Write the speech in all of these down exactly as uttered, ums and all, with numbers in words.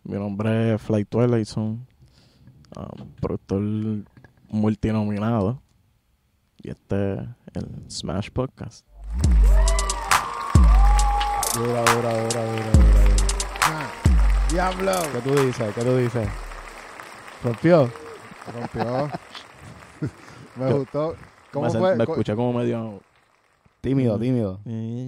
Mi nombre es Fly Twilighton, um, productor multinominado. Y este es el Smash Podcast. Dura, dura, dura, dura, dura, dura. Ah, ¡Diablo! ¿Qué tú dices? ¿Qué tú dices? ¿Rompió? Rompió. Me Yo- gustó. ¿Cómo me, sen- fue? me Co- escuché como medio... Tímido, Mm. tímido.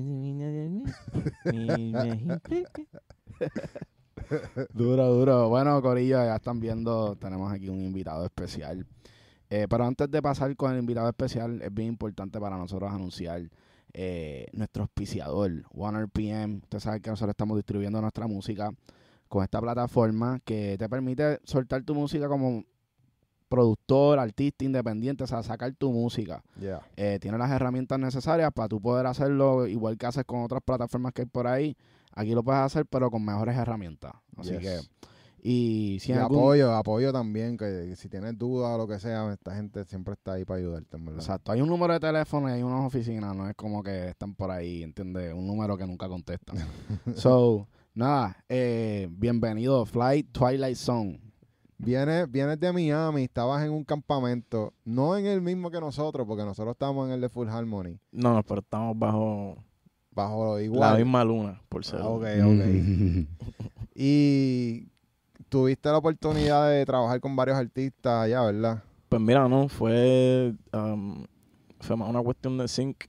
Duro, duro. Bueno, Corillo, ya están viendo, tenemos aquí un invitado especial. Eh, pero antes de pasar con el invitado especial, es bien importante para nosotros anunciar eh, nuestro auspiciador, One R P M. Usted sabe que nosotros estamos distribuyendo nuestra música con esta plataforma que te permite soltar tu música como productor, artista independiente, o sea, sacar tu música. Yeah. Eh, tiene las herramientas necesarias para tú poder hacerlo igual que haces con otras plataformas que hay por ahí. Aquí lo puedes hacer, pero con mejores herramientas. Así Yes. que, y si Y en algún- apoyo, apoyo también, que si tienes dudas o lo que sea, esta gente siempre está ahí para ayudarte, en verdad. Exacto, hay un número de teléfono y hay unas oficinas, no es como que están por ahí, ¿entiendes? Un número que nunca contestan. So, nada, eh, bienvenido, Fly Twilight Zone. Vienes, vienes de Miami, estabas en un campamento, no en el mismo que nosotros, porque nosotros estamos en el de Full Harmony, No, pero estamos bajo bajo la igual. misma luna, por ser. Ah, ok, ok. Y tuviste la oportunidad de trabajar con varios artistas allá, ¿verdad? Pues mira, no, fue, um, fue más una cuestión de sync.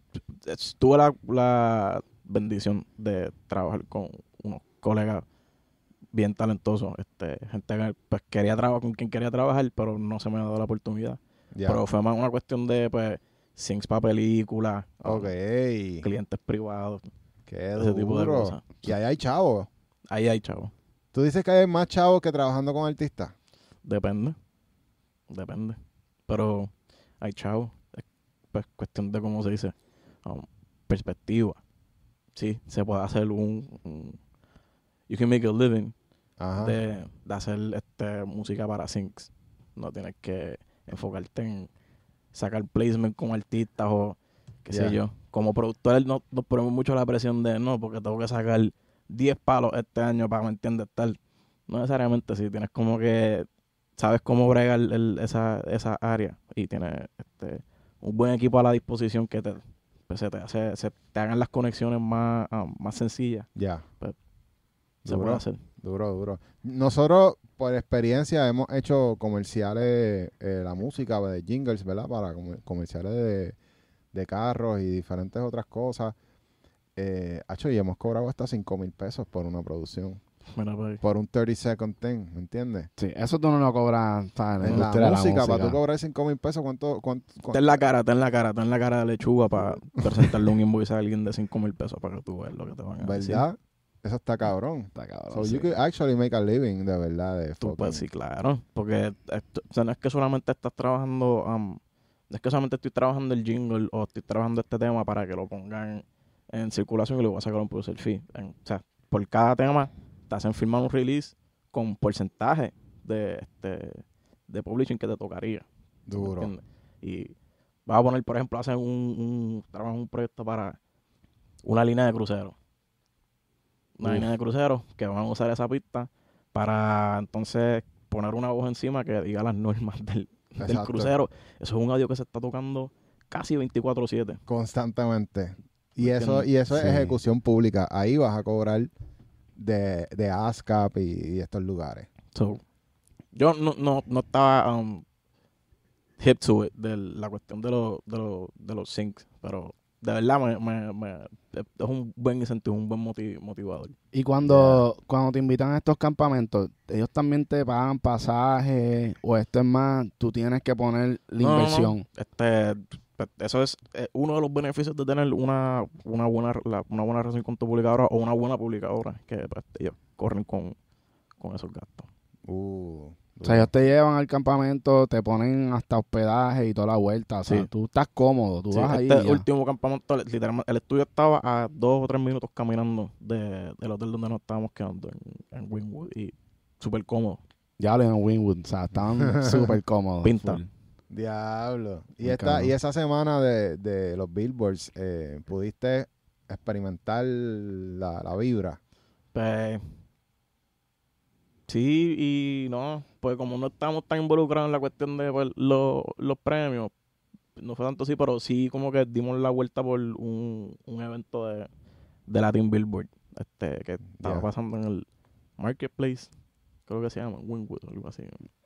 Tuve la, la bendición de trabajar con unos colegas bien talentosos, este, gente que pues, quería trabajar con quien quería trabajar, pero no se me ha dado la oportunidad. Ya. Pero fue más una cuestión de pues syncs para películas, um, Ok. clientes privados, Qué ese tipo de duro. cosas. Y ahí hay chavos. Ahí hay chavos. Tú dices que hay más chavos que trabajando con artistas. Depende. Depende. Pero hay chavos. Es pues, cuestión de cómo se dice. Um, perspectiva. Sí, se puede hacer un, un you can make a living Ajá. de, de hacer este música para syncs. No tienes que enfocarte en sacar placement con artistas o qué Yeah. sé yo. Como productores no, nos ponemos mucho la presión de no, porque tengo que sacar diez palos este año para, ¿me entiendes? Tal. No necesariamente si tienes como que sabes cómo bregar el, esa, esa área y tienes este un buen equipo a la disposición que te pues, se te hace, se te hagan las conexiones más, ah, más sencillas, Ya. se Duro. puede hacer. Duro, duro. Nosotros, por experiencia, hemos hecho comerciales, eh, la música de jingles, ¿verdad? Para comer- comerciales de, de carros y diferentes otras cosas. Eh, hacho, y hemos cobrado hasta cinco mil pesos por una producción. Mira, pues, Por un thirty second thing, ¿me entiendes? Sí, eso tú no lo cobras, ¿sabes? En la industria de música, para tú cobrar cinco mil pesos, ¿cuánto? cuánto, cuánto? ten la cara, ten la cara, ten la cara de lechuga para presentarle un invoice a alguien de cinco mil pesos para que tú veas lo que te van a decir. ¿Verdad? Eso está cabrón. Está cabrón, So sí. you could actually make a living, de verdad. De Tú fucking- pues sí, claro, porque esto, o sea, no es que solamente estás trabajando, um, no es que solamente estoy trabajando el jingle o estoy trabajando este tema para que lo pongan en circulación y le voy a sacar un producer fee. En- o sea, por cada tema te hacen firmar un release con porcentaje de este de publishing que te tocaría. ¿Me Duro. entiendes? Y vas a poner, por ejemplo, hacen un, un trabajo en un proyecto para una línea de crucero. Una Uf. línea de crucero que van a usar esa pista para entonces poner una voz encima que diga las normas del, del Exacto. crucero. Eso es un audio que se está tocando casi veinticuatro siete. Constantemente. Y ¿Me eso, entiendes? y eso es Sí. ejecución pública. Ahí vas a cobrar de, de ASCAP y, y estos lugares. So, yo no, no, no estaba um, hip to it de la cuestión de, los de, los de los syncs, pero de verdad me, me, me- es un buen incentivo, un buen motiv- motivador. Y cuando, cuando te invitan a estos campamentos, ellos también te pagan pasajes o esto es más, tú tienes que poner la No, no, no. inversión. Este, pues, eso es eh, uno de los beneficios de tener una, una buena la- una buena relación con tu publicadora o una buena publicadora, que pues, ellos corren con, con esos gastos. Uh, O sea, ellos te llevan al campamento, te ponen hasta hospedaje y toda la vuelta. O sea, Sí. tú estás cómodo, tú Sí, vas ahí. este y ya. último campamento, literalmente, el estudio estaba a dos o tres minutos caminando de, del hotel donde nos estábamos quedando en, en Wynwood y súper cómodo. Ya lo en Winwood, o sea, estaban súper cómodos. Pinta. full. diablo. Y, Muy esta, cabrón. y esa semana de, de los billboards, eh, ¿pudiste experimentar la, la vibra? Pues, Sí, y no, pues como no estamos tan involucrados en la cuestión de pues, lo- los premios, no fue tanto así, pero sí como que dimos la vuelta por un, un evento de, de Latin Billboard, este, que estaba Ya. pasando en el Marketplace, creo que se llama, Wynwood o algo así.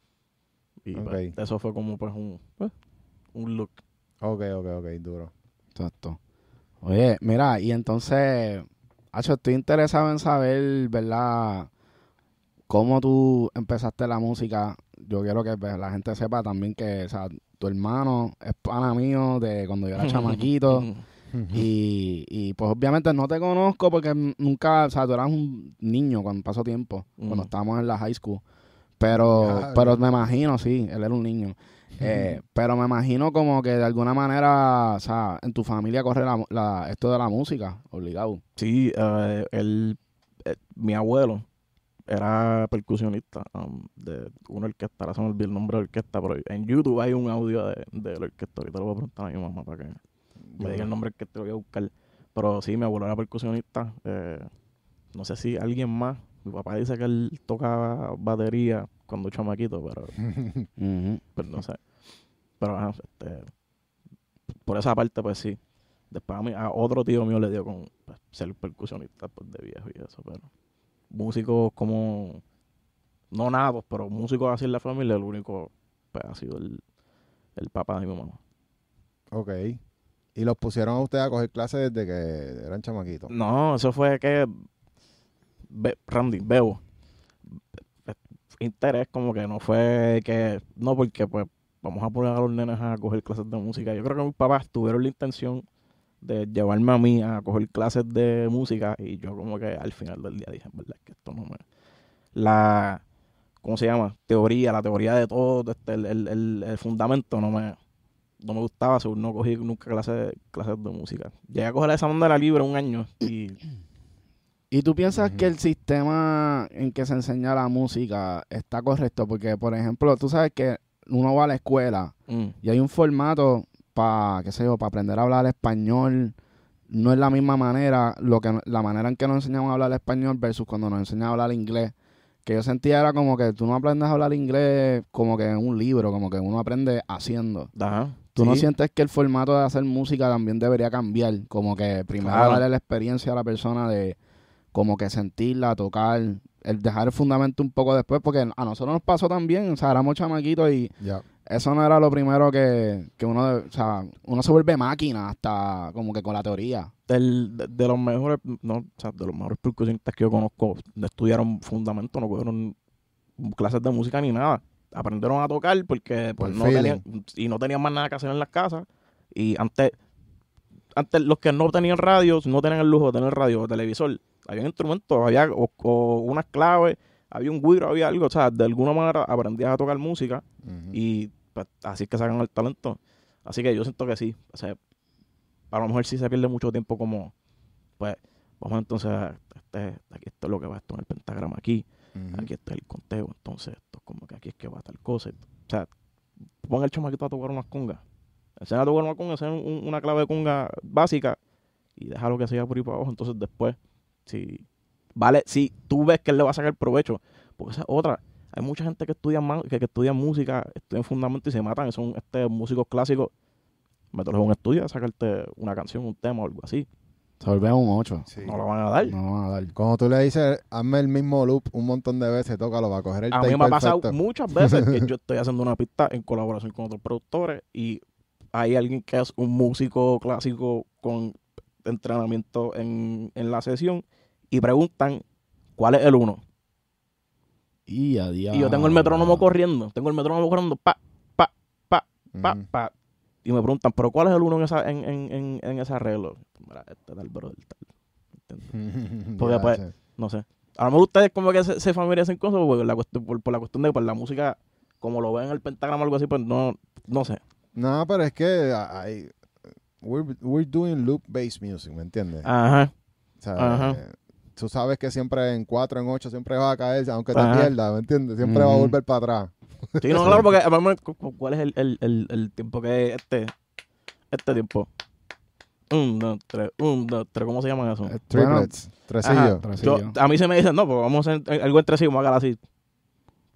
Y pues, Ok. eso fue como pues un, pues, un look. Ok, ok, ok, duro. Exacto. Oye, mira, y entonces, Acho, estoy interesado en saber, ¿verdad? Cómo tú empezaste la música. Yo quiero que pues, la gente sepa también que, o sea, tu hermano es pana mío de cuando yo era chamaquito. Y, y pues obviamente no te conozco porque n- nunca, o sea, tú eras un niño cuando pasó tiempo, cuando Mm. estábamos en la high school. Pero, Diablo. pero me imagino, sí, él era un niño. Eh, pero me imagino como que de alguna manera, o sea, en tu familia corre la, la- esto de la música, obligado. Sí, eh, él, eh, mi abuelo era percusionista um, de una orquesta, ahora se me olvidó el nombre de la orquesta, pero en YouTube hay un audio de, de la orquesta, ahorita lo voy a preguntar a mi mamá para que me diga el nombre que te lo voy a buscar. Pero sí, mi abuelo era percusionista, eh, no sé si alguien más, mi papá dice que él tocaba batería cuando chamaquito, pero Ujú. pues no sé. Pero ajá, este, por esa parte pues sí. Después a, mí, a otro tío mío le dio con pues, ser percusionista pues, de viejo y eso, pero músicos como, no natos, pero músicos así en la familia, el único pues, ha sido el, el papá de mi mamá. Ok. Y los pusieron a ustedes a coger clases desde que eran chamaquitos. No, eso fue que Be- Randy, Bebo, interés como que no fue que, no porque pues vamos a poner a los nenes a coger clases de música. Yo creo que mis papás tuvieron la intención de llevarme a mí a coger clases de música y yo como que al final del día dije, en verdad, es que esto no me... La, ¿cómo se llama? Teoría, la teoría de todo, este, el, el, el, el fundamento no me, no me gustaba, según no cogí nunca clases, clases de música. Llegué a coger esa onda de la libre un año y... ¿Y tú piensas Ujú. que el sistema en que se enseña la música está correcto? Porque, por ejemplo, tú sabes que uno va a la escuela mm, y hay un formato para, qué sé yo, para aprender a hablar español. No es la misma manera, lo que la manera en que nos enseñamos a hablar español versus cuando nos enseñan a hablar inglés. Que yo sentía era como que tú no aprendes a hablar inglés como que en un libro, como que uno aprende haciendo. ajá, ¿Tú no sí, sientes que el formato de hacer música también debería cambiar? Como que primero Claro. darle la experiencia a la persona de como que sentirla, tocar, el dejar el fundamento un poco después, porque a nosotros nos pasó también, o sea, éramos chamaquitos y Ya. eso no era lo primero que, que uno, de- o sea, uno se vuelve máquina hasta como que con la teoría. del, de, de los mejores, no, o sea, de los mejores percusionistas que yo conozco, estudiaron fundamento, no cogieron clases de música ni nada. Aprendieron a tocar porque pues, Por no feeling. tenían, y no tenían más nada que hacer en las casas. Y antes, antes los que no tenían radio, no tenían el lujo de tener radio o televisor, había instrumentos, había o, o unas claves, había un güiro, había algo, o sea, de alguna manera aprendías a tocar música Ujú. y pues, así es que sacan el talento. Así que yo siento que sí, o sea, a lo mejor sí se pierde mucho tiempo como, pues, vamos entonces, a, este, aquí esto es lo que va esto en el pentagrama aquí, Ujú. aquí está el conteo, entonces esto es como que aquí es que va tal cosa. O sea, pon el chamaquito a tocar unas congas, enseña a tocar una conga, enseña un- una clave de conga básica y déjalo que siga por ahí para abajo. Entonces después, si vale, si tú ves que él le va a sacar provecho, porque esa es otra. Hay mucha gente que estudia ma- que, que estudia música, estudian fundamento y se matan, son este, músicos clásicos. Mételos en un estudio a sacarte una canción, un tema o algo así. Se vuelve un ocho. Sí. No lo van a dar. No lo van a dar. Cuando tú le dices, hazme el mismo loop un montón de veces, tócalo, va a coger el A tape mí me ha pasado perfecto. muchas veces que yo estoy haciendo una pista en colaboración con otros productores y hay alguien que es un músico clásico con entrenamiento en, en la sesión y preguntan cuál es el uno. Y a Y yo tengo el metrónomo corriendo, tengo el metrónomo corriendo, pa, pa, pa, pa, Ujú. pa. Y me preguntan, ¿pero cuál es el uno en, esa, en, en, en, en ese arreglo? Mira, este tal, brother, tal. ¿Entiendes? Porque, Ya, pues, sí. No sé. A lo mejor ustedes como que se, se familiarizan con eso por la, cuestión, por, por la cuestión de que pues, la música, como lo ven en el pentagrama o algo así, pues no, no sé. No, pero es que hay, we're, we're doing loop-based music, ¿me entiendes? Ajá. O sea, ajá. eh, tú sabes que siempre en cuatro, en ocho, siempre va a caer, aunque te Ajá. pierdas, ¿me entiendes? Siempre va a Ujú. volver para atrás. Sí, no, claro, porque a lo mejor, cu- cu- ¿cuál es el, el, el, el tiempo que este, este tiempo? Un, dos, tres, un, dos, tres, ¿cómo se llaman eso? Eh, Triplets, Ajá. tresillo. Tresillo. Yo, a mí se me dicen, no, pues vamos a hacer algo entre sí, vamos a hacer así.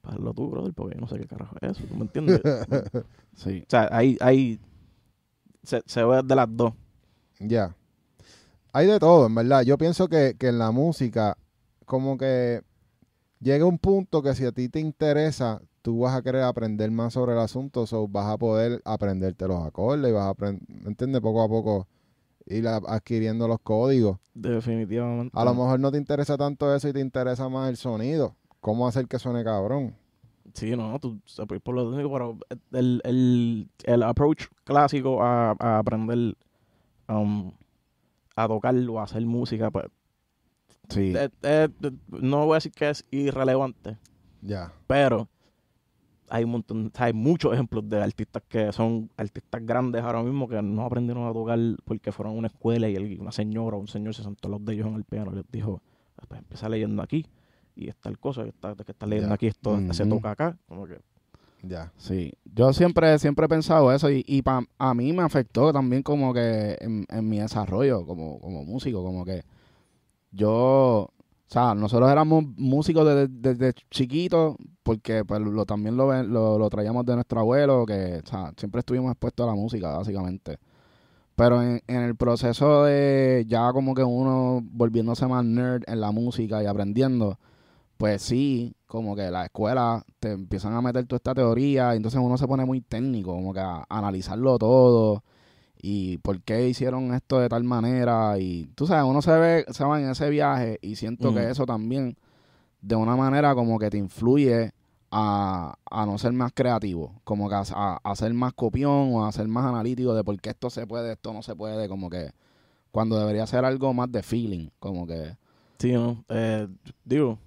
hazlo tú, brother, porque yo no sé qué carajo es eso, ¿tú me entiendes? Sí. O sea, ahí, ahí se, se ve de las dos. Ya. Hay de todo, en verdad. Yo pienso que, que en la música, como que llega un punto que si a ti te interesa, tú vas a querer aprender más sobre el asunto, so vas a poder aprenderte los acordes y vas a aprender, ¿me entiendes? Poco a poco ir a- adquiriendo los códigos. Definitivamente. A lo mejor no te interesa tanto eso y te interesa más el sonido. ¿Cómo hacer que suene cabrón? Sí, no, tú, o sea, pues, por lo técnico, pero el, el, el approach clásico a, a aprender um, a tocar o a hacer música, pues, Sí. eh, eh, no voy a decir que es irrelevante, Ya. pero hay un montón, o sea, hay muchos ejemplos de artistas que son artistas grandes ahora mismo que no aprendieron a tocar porque fueron a una escuela y el- una señora o un señor se sentó a los de ellos en el piano y les dijo, "Ah, pues empieza leyendo aquí y esta cosa que está, que está leyendo Ya. aquí, esto se Ujú. toca acá", como que Ya. Sí, yo siempre, siempre he pensado eso y, y pa- a mí me afectó también como que en, en mi desarrollo como, como músico, como que yo, o sea, nosotros éramos músicos desde, desde chiquitos porque pues lo, también lo, ven- lo, lo traíamos de nuestro abuelo, que o sea, siempre estuvimos expuestos a la música básicamente. Pero en, en el proceso de ya como que uno volviéndose más nerd en la música y aprendiendo, pues sí, como que la escuela te empiezan a meter toda esta teoría y entonces uno se pone muy técnico, como que a, a analizarlo todo y por qué hicieron esto de tal manera y tú sabes, uno se ve, se va en ese viaje y siento Mm. que eso también de una manera como que te influye a, a no ser más creativo, como que a, a- a ser más copión o a ser más analítico de por qué esto se puede, esto no se puede, como que cuando debería ser algo más de feeling, como que... sí, ¿no? Eh, digo,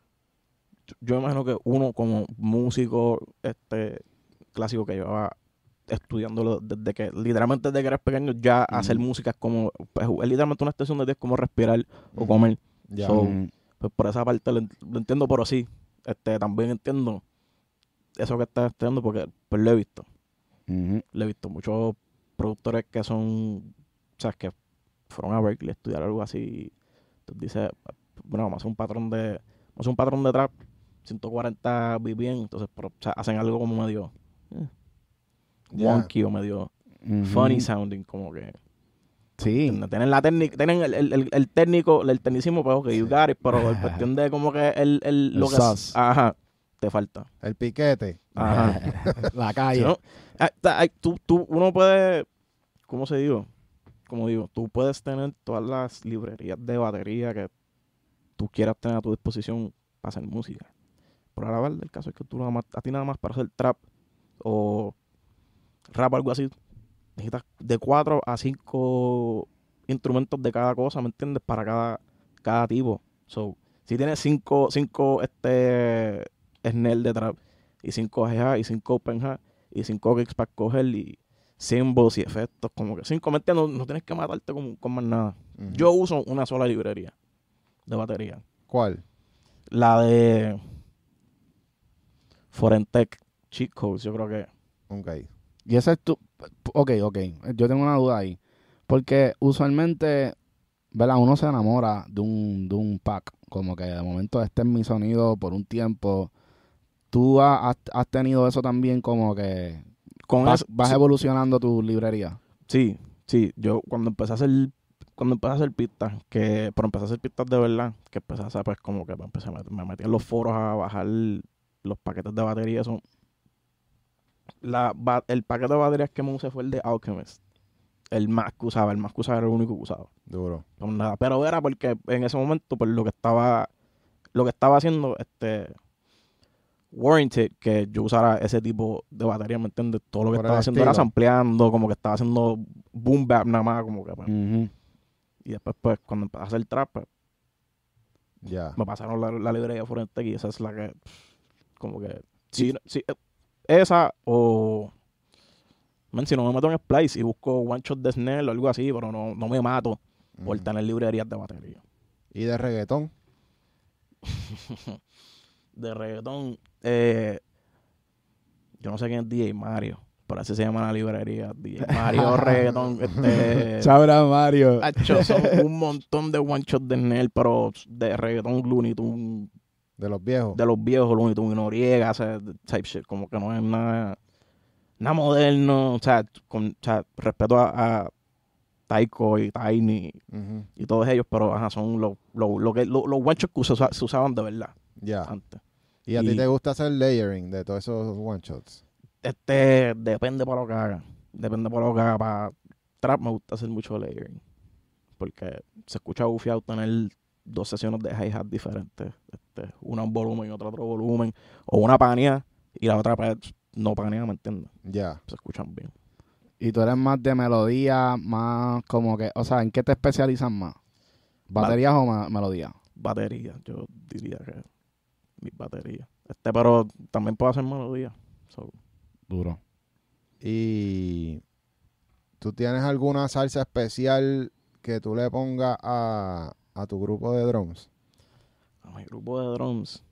yo- yo imagino que uno como músico este clásico que llevaba estudiándolo desde que, literalmente desde que eres pequeño, ya hacer Ujú. música es como, pues, es literalmente una estación de ti, es como respirar o Ujú. comer. Ya. So, Ujú. pues por esa parte lo, ent- lo entiendo, pero sí, este, también entiendo eso que estás estudiando porque pues lo he visto. Ujú. Lo he visto muchos productores que son, o sea, que fueron a Berkeley a estudiar algo así. Entonces dice, bueno, vamos a hacer un patrón de, vamos a hacer un patrón de trap, ciento cuarenta B P M, entonces pero, o sea, hacen algo como medio eh, Ya. wonky o medio Ujú. funny sounding, como que Sí. ¿entiendes? Tienen la técnica, tienen el, el, el, el técnico, el tecnicismo, pues ok, you got it, pero en cuestión de como que el, el, El lo que sauce. es, ajá, te falta. El piquete. Ajá. La Si calle. no, ah, ta- ay, tú, tú, uno puede, ¿cómo se digo? Como digo, tú puedes tener todas las librerías de batería que tú quieras tener a tu disposición para hacer música. Pero ahora el caso es que tú nada más, a ti nada más para hacer trap o rap o algo así, necesitas de cuatro a cinco instrumentos de cada cosa, ¿me entiendes? Para cada, cada tipo. So, si tienes cinco, cinco este snare de trap y cinco G-Ha y cinco open hat y cinco kicks para coger y cymbals y efectos, como que cinco, ¿me entiendes? No, no tienes que matarte con, con más nada. Ujú. Yo uso una sola librería de batería. ¿Cuál? La de Forentech Cheat Codes, yo creo que. Ok. Y ese es tu... Ok, ok. Yo tengo una duda ahí. Porque usualmente, ¿verdad? Uno se enamora de un, de un pack. Como que de momento este es mi sonido por un tiempo. ¿Tú ha- has, has tenido eso también como que Con vas, eso, vas sí, evolucionando tu librería? sí, sí. Yo cuando empecé a hacer cuando empecé a hacer pistas, que pero empecé a hacer pistas de verdad, que empecé a hacer pues como que empecé a meter, me metí en los foros a bajar los paquetes de batería, eso. La, ba- el paquete de baterías que me usé fue el de Alchemist. El más que usaba, el más que usaba era el único que usaba. Duro. Pues nada, pero era porque en ese momento pues lo que estaba lo que estaba haciendo este warranted que yo usara ese tipo de batería, ¿me entiendes? Todo lo que Por el estaba haciendo era estilo. sampleando, como que estaba haciendo boom bap nada más, como que pues. Ujú. Y después pues cuando empecé a hacer trap pues, Ya. me pasaron la, la librería Forentec y esa es la que como que sí, sí, eh, esa o man, si no me meto en Splice y busco one shot de Snell o algo así, pero no, no me mato por Ujú. tener librerías de batería. ¿Y de reggaetón? De reggaetón, eh, yo no sé quién es D J Mario, pero así se llama la librería, D J Mario Reggaetón, este, Chabra Mario. hacho, son un montón de one shot de Snell, pero de reggaetón Looney Tunes, De los viejos. de los viejos, Looney Tunes y Noriega, o sea, type shit, como que no es nada, nada moderno, o sea, con o sea, respeto a, a Taiko y Tiny Ujú. y todos ellos, pero ajá, son los lo, lo que lo, los one shots que se, usa- se usaban de verdad Ya. antes. ¿Y a ti Y- te gusta hacer layering de todos esos one shots? Este, depende para lo que haga, depende para lo que haga. Para trap me gusta hacer mucho layering, porque se escucha bufiado tener dos sesiones de hi-hat diferentes, este, una un volumen y otra otro volumen, o una panea y la otra pues, no panea, ¿me entiendes? Ya. Se escuchan bien. Y tú eres más de melodía, más como que, o sea, ¿en qué te especializas más? ¿Baterías o ma- melodías? Batería, yo diría que mis baterías. Este, pero también puedo hacer melodía. So, Duro. ¿Y tú tienes alguna salsa especial que tú le pongas a, a tu grupo de drums? a mi grupo de drums.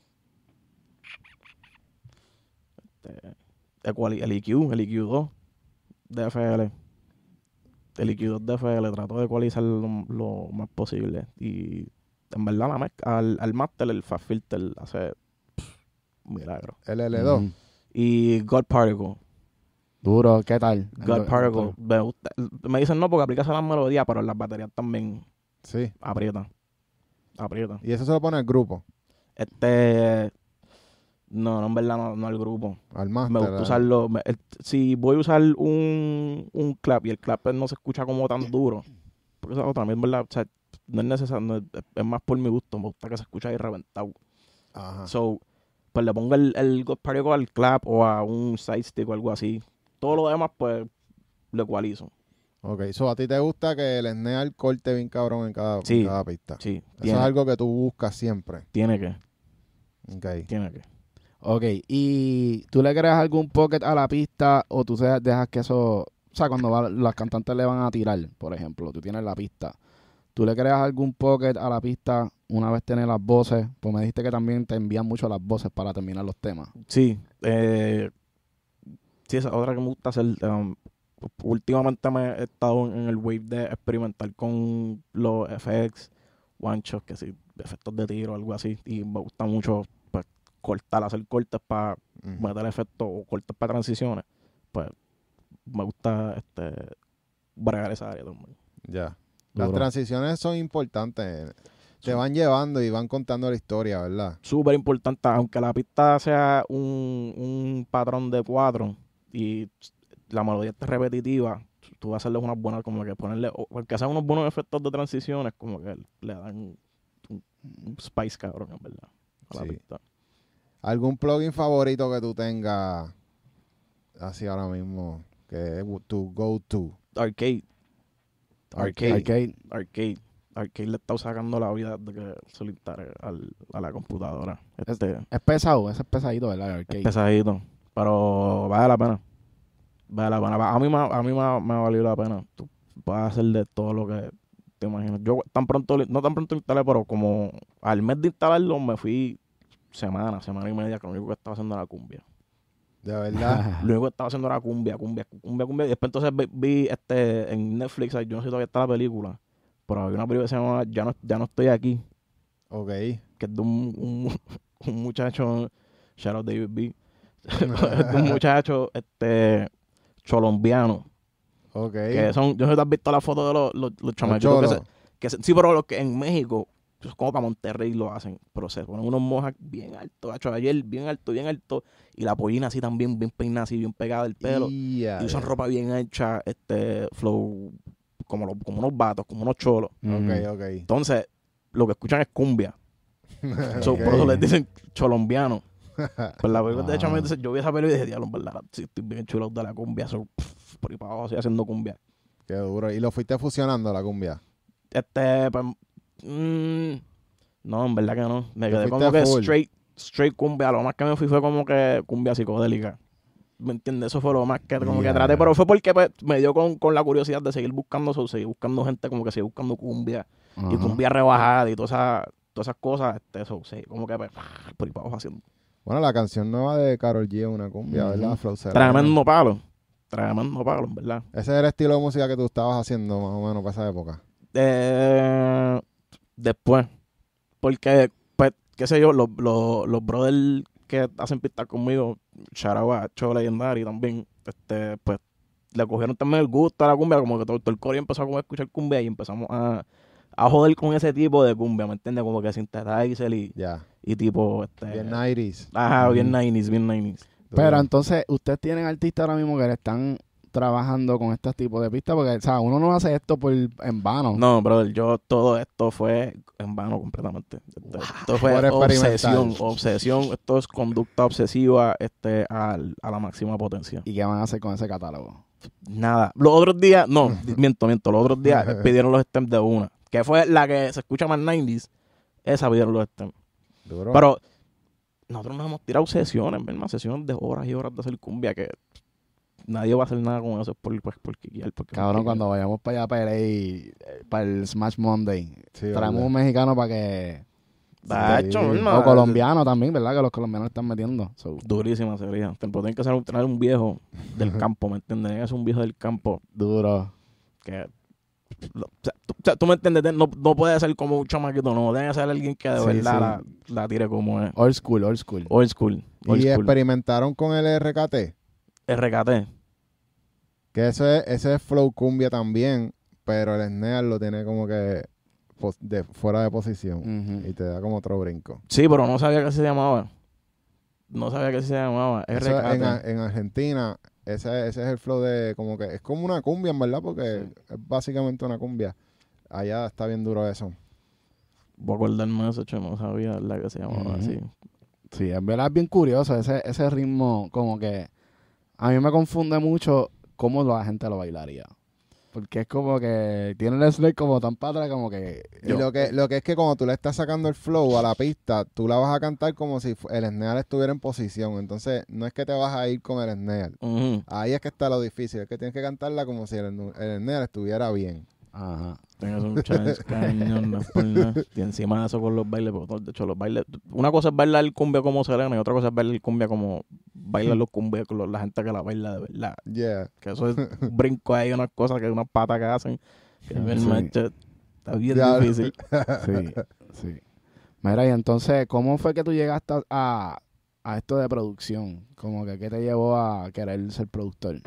Este, equali- el I Q, el I Q dos de F L. El I Q dos de F L trato de ecualizar lo, lo más posible. Y en verdad la mezcla, al, al master, el Fast Filter hace pff, un milagro. El L dos. Ujú. Y God Particle. Duro, ¿qué tal? God Particle. Me, gusta- me dicen no porque aplicas a las melodías, pero en las baterías también Sí. aprieta. Aprieta. Y eso se lo pone al grupo, Este. No, no, en verdad no, no al grupo. al máster. Me gusta al- usarlo. me- el- si voy a usar un, un clap y el clap no se escucha como tan duro, porque eso es otra, también, ¿verdad? O sea, no es necesario, no es, es más por mi gusto. Me gusta que se escuche ahí reventado. Ajá. So, pues le pongo el, el God Particle al clap o a un side stick o algo así. Todo lo demás, pues, lo ecualizo. Ok, so a ti te gusta que el snare corte bien cabrón en cada, Sí. en cada pista. Sí, Eso tiene, es algo que tú buscas siempre. tiene que, Ok. tiene que. Ok, ¿y tú le creas algún pocket a la pista o tú se- dejas que eso... O sea, cuando va- las cantantes le van a tirar, por ejemplo, tú tienes la pista. ¿Tú le creas algún pocket a la pista una vez tienes las voces? Pues me dijiste que también te envían mucho las voces para terminar los temas. Sí, eh, sí, esa es otra que me gusta hacer. um, últimamente me he estado en el wave de experimentar con los F X, one shot, que sí, efectos de tiro o algo así. Y me gusta mucho pues, cortar, hacer cortes para Ujú. meter efectos o cortes para transiciones. Pues me gusta este bregar esa área también. Ya. Las Duro. transiciones son importantes. Te Son- van llevando y van contando la historia, ¿verdad? Súper importante, aunque la pista sea un, un patrón de cuatro y la melodía esté repetitiva, tú vas a hacerle unas buenas, como que ponerle, o- porque hacen unos buenos efectos de transiciones, como que le dan un, un spice cabrón, en verdad, a la Sí. pista. ¿Algún plugin favorito que tú tengas así ahora mismo? Que es tu go-to. Arcade, Arcade, Arcade. Arcade. Arcade le está sacando la vida de que se lo instale al, a la computadora. Este, Es pesado, ese es pesadito, ¿verdad? El es arcade. pesadito, pero vale la pena. Vale la pena. A mí, me, a mí me, me ha valido la pena. Tú puedes hacer de todo lo que te imaginas. Yo tan pronto, no tan pronto instalé, pero como al mes de instalarlo me fui semana, semana y media, que lo único que estaba haciendo era cumbia. De verdad. Lo único que estaba haciendo era cumbia, cumbia, cumbia, cumbia. Y después entonces vi, vi, este en Netflix, yo no sé si todavía está la película, pero había una película que se llama Ya no, ya no estoy aquí, Ok. que es de un, un, un muchacho, shout out David B, es de un muchacho este colombiano. Ok. Que son, yo no sé si tú has visto la foto de los, los, los Los chamaquitos que se, cholos. que se- sí, pero los que en México, es como para Monterrey lo hacen, pero se ponen unos mojas bien altos, gacho, ayer bien alto, bien alto, y la pollina así también, bien peinada, así, bien pegada del pelo, y, Ya, usan ya. ropa bien ancha, este, flow, como, los, como unos vatos, como unos cholos. Ok, ok. Entonces, lo que escuchan es cumbia. So, Ok. por eso les dicen cholombiano. Pues la película de Ah. hecho, me dice, yo vi esa película y dije, diablo, en verdad, sí, estoy bien chulo de la cumbia, so, pff, por ahí para abajo, estoy haciendo cumbia. Qué duro. ¿Y lo fuiste fusionando la cumbia? Este, pues, mm, no, en verdad que no. Me ¿Te quedé fuiste como a que full? straight, straight cumbia. Lo más que me fui fue como que cumbia psicodélica. ¿Me entiendes? Eso fue lo más que como Ya. que traté. Pero fue porque pues, me dio con, con la curiosidad de seguir buscando eso, seguir buscando gente como que seguir buscando cumbia. Y Ajá. cumbia rebajada y todas esas todas esas cosas. Este, eso, sí, como que pues, por ahí para abajo haciendo. Bueno, la canción nueva de Karol G es una cumbia, Ujú. ¿verdad? Flow Serena. Tremendo palo. Tremendo palo, en verdad. Ese era el estilo de música que tú estabas haciendo más o menos para esa época. Eh, después, porque pues qué sé yo, los, los, los brothers que hacen pistas conmigo, shout out a Cho Legendary también, este, pues le cogieron también el gusto a la cumbia, como que todo, todo el corillo empezó a como a escuchar cumbia y empezamos a, a joder con ese tipo de cumbia, ¿me entiendes? Como que Synthesizer y, Ya. y tipo, este... Bien nineties. Ajá, bien Ujú. nineties, bien nineties. Pero entonces, ¿ustedes tienen artistas ahora mismo que le están trabajando con estos tipos de pistas? Porque, o sea, uno no hace esto por en vano. No, brother, yo todo esto fue en vano completamente. Esto, esto fue Por experimentar. obsesión, obsesión, esto es conducta obsesiva este, al, a la máxima potencia. ¿Y qué van a hacer con ese catálogo? Nada. Los otros días, no, miento, miento, los otros días pidieron los stems de una, que fue la que se escucha más nineties, esa pidieron los stems. Duro. Pero nosotros nos hemos tirado sesiones, ¿verdad? Sesiones de horas y horas de hacer cumbia que nadie va a hacer nada con eso, es por, pues, por quiquear, porque Cabrón, porque- cuando vayamos para allá para L A, eh, para el Smash Monday, Sí, traemos verdad. un mexicano para que... Bacho, Sí. hermano. O colombiano también, ¿verdad? Que los colombianos están metiendo. So, Durísima sería. Te tienen que ser, tener un viejo del campo, ¿me entiendes? Tiene que ser un viejo del campo duro. que... lo- o, sea, tú, o sea, tú me entiendes, no, no puede ser como un chamaquito, no. Tiene que ser alguien que de Sí, verdad sí. La, la tire como es. Old school, old school. Old school. Old Y school. experimentaron con el R K T. R K T. Que eso es, ese es flow cumbia también, pero el snare lo tiene como que pos- de, fuera de posición. Ujú. Y te da como otro brinco. Sí, pero no sabía que se llamaba. No sabía que se llamaba. Eso R K T. en, a- en Argentina, ese, ese es el flow de como que es como una cumbia, en verdad, porque Sí. es básicamente una cumbia. Allá está bien duro eso. Voy a acordarme de eso, che, no sabía ¿verdad? Que se llamaba Ujú. así. Sí, en verdad es bien curioso ese, ese ritmo, como que a mí me confunde mucho cómo la gente lo bailaría. Porque es como que tiene el snare como tan padre como que... Y lo que, lo que es que cuando tú le estás sacando el flow a la pista, tú la vas a cantar como si fu- el snare estuviera en posición. Entonces, no es que te vas a ir con el snare. Ujú. Ahí es que está lo difícil. Es que tienes que cantarla como si el, el snare estuviera bien. Ajá. Tienes un challenge, cañón, no es por nada. Y encima de eso con los bailes, porque, de hecho, los bailes... Una cosa es bailar el cumbia como Selena y otra cosa es bailar el cumbia como... Bailar los cumbia con los- la gente que la baila de verdad. Yeah. Que eso es un brinco ahí, unas cosas, que unas patas que hacen. Que Sí. realmente está bien Ya. difícil. Sí, sí. Mira, y entonces, ¿cómo fue que tú llegaste a, a esto de producción? Como que, ¿qué te llevó a querer ser productor?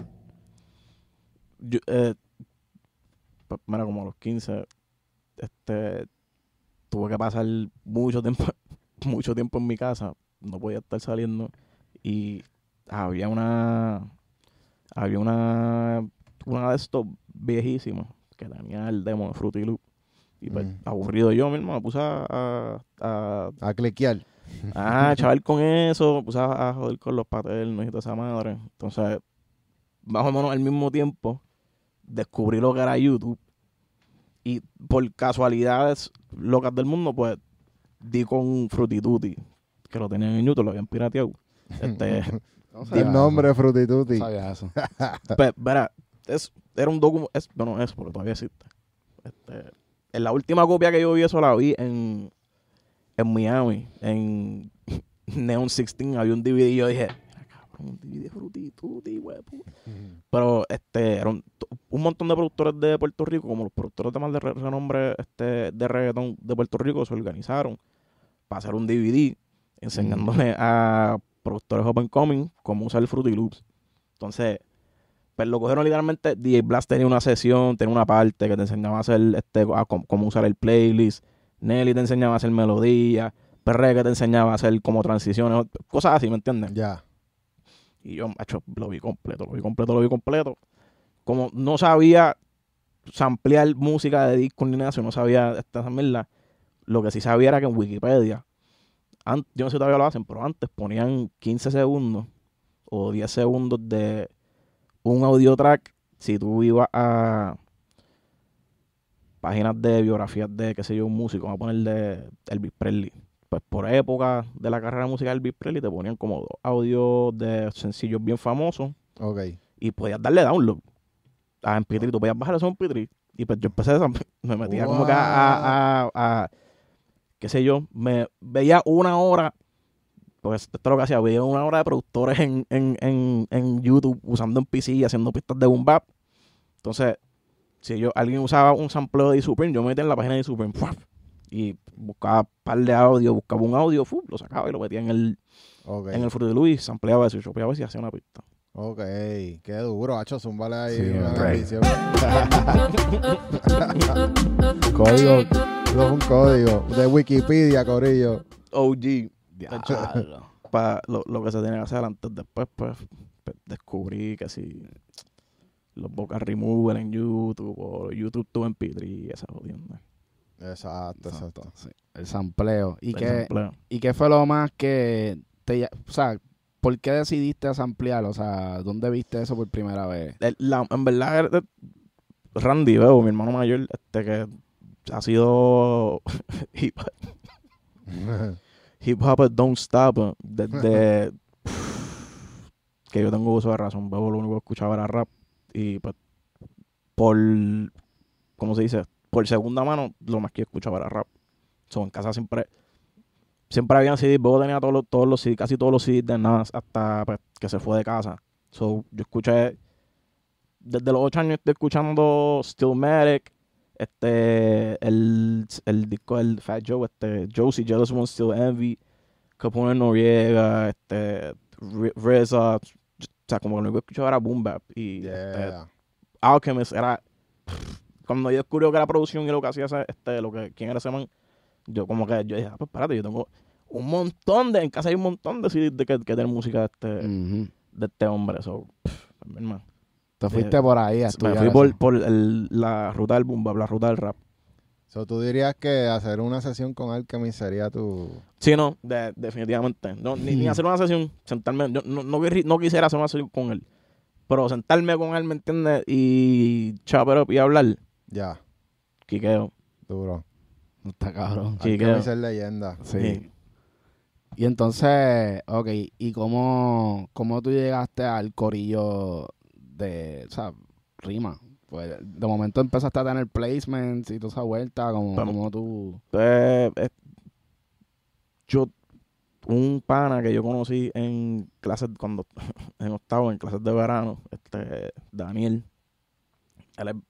Yo, eh, pues, mira, como a los quince, este, tuve que pasar mucho tiempo, mucho tiempo en mi casa. No podía estar saliendo. Y había una, había una, una de estos viejísimos que tenía el demo de Fruity Loop. Y pues, Mm. aburrido yo mismo, me puse a, a, a, A cliquear. a chaval con eso, me puse a, a joder con los paternos y toda esa madre. Entonces, más o menos al mismo tiempo, descubrí lo que era YouTube. Y por casualidades locas del mundo, pues, di con Fruity Tutti, que lo tenían en YouTube, lo habían pirateado. Este, No El nombre Fruity Tutti. No sabía eso. pues, verá, es, era un documento, es, bueno, es porque todavía existe. Este, en la última copia que yo vi, eso la vi en, en Miami, en Neon dieciséis, había un D V D y yo dije, "Mira, cabrón, un D V D de Fruity Tutti, huevo". Pero este, eran t- un montón de productores de Puerto Rico, como los productores de más de re- renombre este, de reggaetón de Puerto Rico, se organizaron para hacer un D V D enseñándole a productores open coming cómo usar el Fruity Loops. Entonces, pues lo cogieron literalmente. D J Blast tenía una sesión, tenía una parte que te enseñaba a hacer este, a cómo, cómo usar el playlist. Nelly te enseñaba a hacer melodías. Perre que te enseñaba a hacer como transiciones, cosas así, ¿me entiendes? Ya. Y yo, macho, lo vi completo, lo vi completo, lo vi completo. Como no sabía samplear música de disco ni nada, yo no sabía esta mierda. Lo que sí sabía era que en Wikipedia, an- yo no sé si todavía lo hacen, pero antes ponían quince segundos o diez segundos de un audio track si tú ibas a páginas de biografías de, qué sé yo, un músico, vamos a poner de Elvis Presley. Pues por época de la carrera musical de Elvis Presley te ponían como dos audios de sencillos bien famosos Ok. y podías darle download a M P tres, tú podías bajar eso a M P tres. Y pues yo empecé, a, me metía como que a, a, a, a- qué sé yo, me veía una hora, pues esto es lo que hacía, veía una hora de productores en, en, en, en YouTube usando en P C y haciendo pistas de boom bap. Entonces, si yo alguien usaba un sampleo de Supreme, yo me metía en la página de Supreme ¡fuaf! Y buscaba un par de audio, buscaba un audio, fu, lo sacaba y lo metía en el, Ok. en el Fruity Loops, ampliaba eso y chopeaba y hacía una pista. Ok, qué duro, hacho, zúmbale ahí Sí, una right. bendición. Código. Eso es un código de Wikipedia, corillo. O G. Diablo. Para lo, lo que se tiene que hacer antes, después, pues, pues, descubrí que si los vocal removal en YouTube o YouTube to M P tres y esa jodienda. Exacto, exacto. Exacto, sí. El sampleo. ¿Y El qué, sampleo. ¿Y qué fue lo más que te... ll- O sea, ¿por qué decidiste samplear? O sea, ¿dónde viste eso por primera vez? El- la- en verdad, eh, Randy Veo, mi hermano mayor, este que ha sido hip, hip hop Don't Stop eh, desde que yo tengo uso de razón. Veo lo único que escuchaba era rap y pues por, ¿cómo se dice? Por segunda mano, lo más que yo escuchaba era rap. So, en casa siempre siempre habían C Ds. Veo tenía todos los, todos los C Ds, casi todos los C Ds de Nas hasta pues, que se fue de casa. So, yo escuché desde los ocho años estoy escuchando Stillmatic, este, el, el disco del Fat Joe, este, Josie, Jealous One, Still Envy, Capone Noriega, este, R- R Z A, o sea, como que lo único que escuchaba era Boom Bap y este, Yeah. Alchemist era, cuando yo descubrí que era producción y lo que hacía ese, este, lo que, quién era ese man, yo como que, yo dije, ah, pues espérate, yo tengo un montón de, en casa hay un montón de C Ds de que, que tienen música de este, Ujú. de este hombre, so, pff, mi hermano. Te fuiste por ahí a Me estudiar fui eso. por, por el- la ruta del boom bap, la ruta del rap. So, tú dirías que hacer una sesión con Alchemy sería tu... Sí, no, de- definitivamente. No, ni, ni hacer una sesión, sentarme. Yo no, no, querri- no quisiera hacer una sesión con él. Pero sentarme con él, ¿me entiendes? Y chop it up y hablar. Ya, Quiqueo. duro. Está cabrón. Sí, Alchemy que- ser leyenda. Sí. Sí. Y entonces, ok, ¿y cómo, cómo tú llegaste al corillo de, o sea, rima? Pues de momento empezaste a tener placements y toda esa vuelta, como, Vamos. como tú... Pues, eh, yo, un pana que yo conocí en clases, cuando, en octavo, en clases de verano, este, Daniel, él es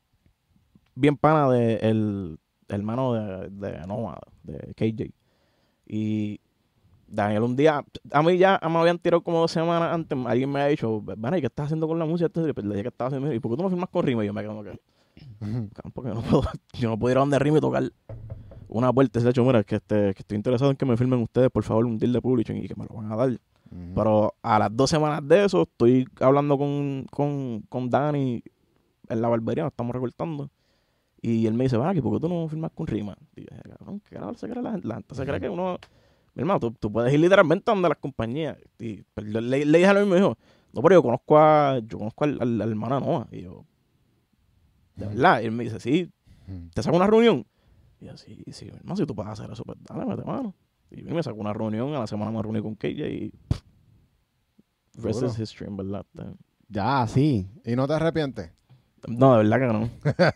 bien pana de el hermano de, de Nova, de K J. Y Daniel un día, a mí ya me habían tirado como dos semanas antes, alguien me ha dicho, bueno, ¿y qué estás haciendo con la música? Pues le dije que estaba haciendo, ¿y por qué tú no firmas con Rima? Y yo me quedo como que, porque no puedo, yo no puedo ir a donde Rima y tocar una puerta. De hecho, mira, que, este, que estoy interesado en que me firmen ustedes, por favor, un deal de publishing y que me lo van a dar. Ujú. Pero a las dos semanas de eso, estoy hablando con, con, con Dani en la barbería, nos estamos recortando. Y él me dice, va, ¿y por qué tú no firmas con Rima? Y yo dije, cabrón, ¿qué carajo se cree la gente? La gente se cree que uno... Mi hermano, tú, tú puedes ir literalmente a donde las compañías. Y pues, yo le, le dije a lo mismo, me dijo, no, pero yo conozco a... Yo conozco al, al, al hermano de Noah. Y yo, ¿de verdad? Y él me dice, sí, Ujú. ¿te saco una reunión? Y yo, sí, sí, mi hermano, si tú puedes hacer eso, pues dale, mete mano. Y me sacó una reunión, a la semana me reuní con K J y... pff, rest Duro. is history, en verdad. Ya, sí. ¿Y no te arrepientes? No, de verdad que no.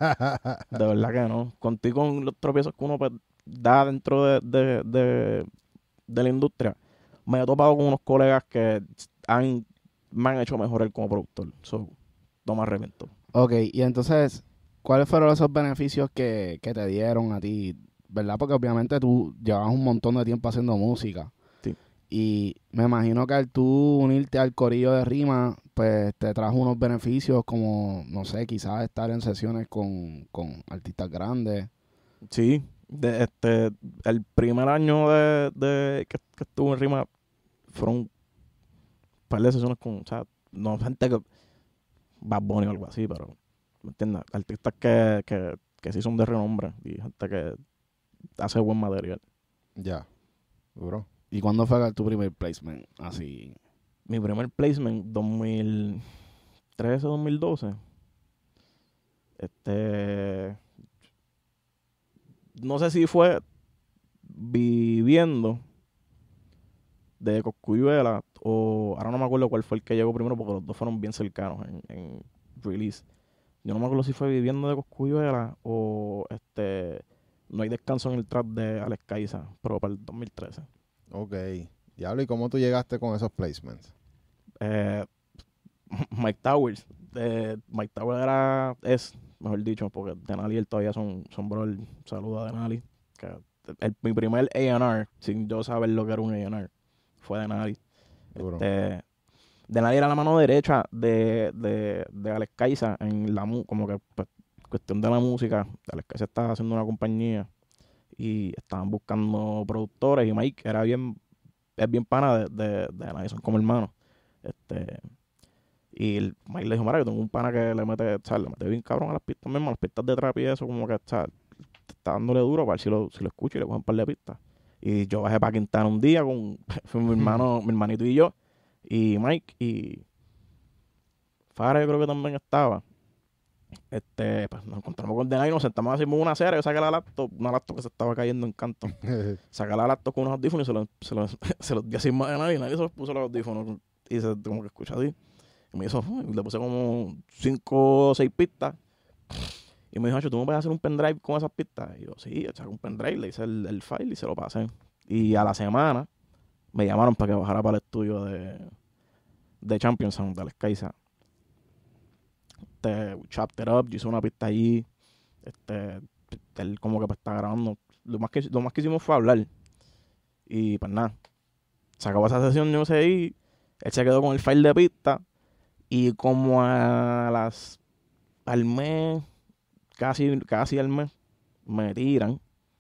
De verdad que no. Contigo con los tropiezos que uno pues, da dentro de, de, de, de la industria, me he topado con unos colegas que han, me han hecho mejorar como productor. So, no me arrepiento. Ok, y entonces, ¿cuáles fueron esos beneficios que, que te dieron a ti? ¿Verdad? Porque obviamente tú llevabas un montón de tiempo haciendo música. Sí. Y me imagino que al tú unirte al corillo de Rima, pues te trajo unos beneficios como, no sé, quizás estar en sesiones con, con artistas grandes. Sí, de, este, el primer año de, de que, que estuve en Rima fueron un par de sesiones con, o sea, no gente que Bad Bunny o algo así, pero, ¿me entiendes? Artistas que, que, que sí son de renombre y gente que hace buen material. Ya, duro. ¿Y cuándo fue tu primer placement? Así. Mi primer placement, dos mil trece, dos mil doce. Este. No sé si fue Viviendo de Cosculluela o ahora no me acuerdo cuál fue el que llegó primero porque los dos fueron bien cercanos en, en release. Yo no me acuerdo si fue Viviendo de Cosculluela o este No hay descanso en el trap de Alex Caiza, pero para el dos mil trece. Ok. Diablo, ¿y cómo tú llegaste con esos placements? Eh, Mike Towers. Eh, Mike Towers era, es, mejor dicho, porque Denali y él todavía son, son brother. Saluda a Denali, que el, mi primer A and R, sin yo saber lo que era un A and R, fue Denali. Duro. Este, Denali era la mano derecha de, de, de Alex Caiza en la mu- como que pues, cuestión de la música. Alex Caiza estaba haciendo una compañía y estaban buscando productores y Mike era bien, es bien pana de, de, de Denali, son como hermanos. Este, y el Mike le dijo, mira, yo tengo un pana que le mete, o sea, le mete bien cabrón a las pistas mismo, a las pistas de trap y eso, como que, o sea, está dándole duro para ver si lo, si lo escucho y le cogen un par de pistas. Y yo bajé para Quintana un día con fue mi hermano, mi hermanito y yo, y Mike, y Fara yo creo que también estaba. Este, pues nos encontramos con Denay, nos sentamos así en una serie, yo saqué la laptop, una laptop que se estaba cayendo en canto. Saqué la laptop con unos audífonos y se los, se los, se los di así más de nadie, y nadie se los puso los audífonos y se como que escucha así. Y me hizo, y le puse como cinco o seis pistas. Y me dijo, Hacho, ¿tú me puedes hacer un pendrive con esas pistas? Y yo, sí, echar un pendrive, le hice el, el file y se lo pasé. Y a la semana me llamaron para que bajara para el estudio de, de Champions Sound, de Alex Caiza. Este, Chapter Up, yo hice una pista allí. Este, él como que pues, está grabando. Lo más, que, lo más que hicimos fue hablar. Y pues nada, se acabó esa sesión, yo sé, y él se quedó con el file de pista. Y como a las, al mes, casi, casi al mes, me tiran.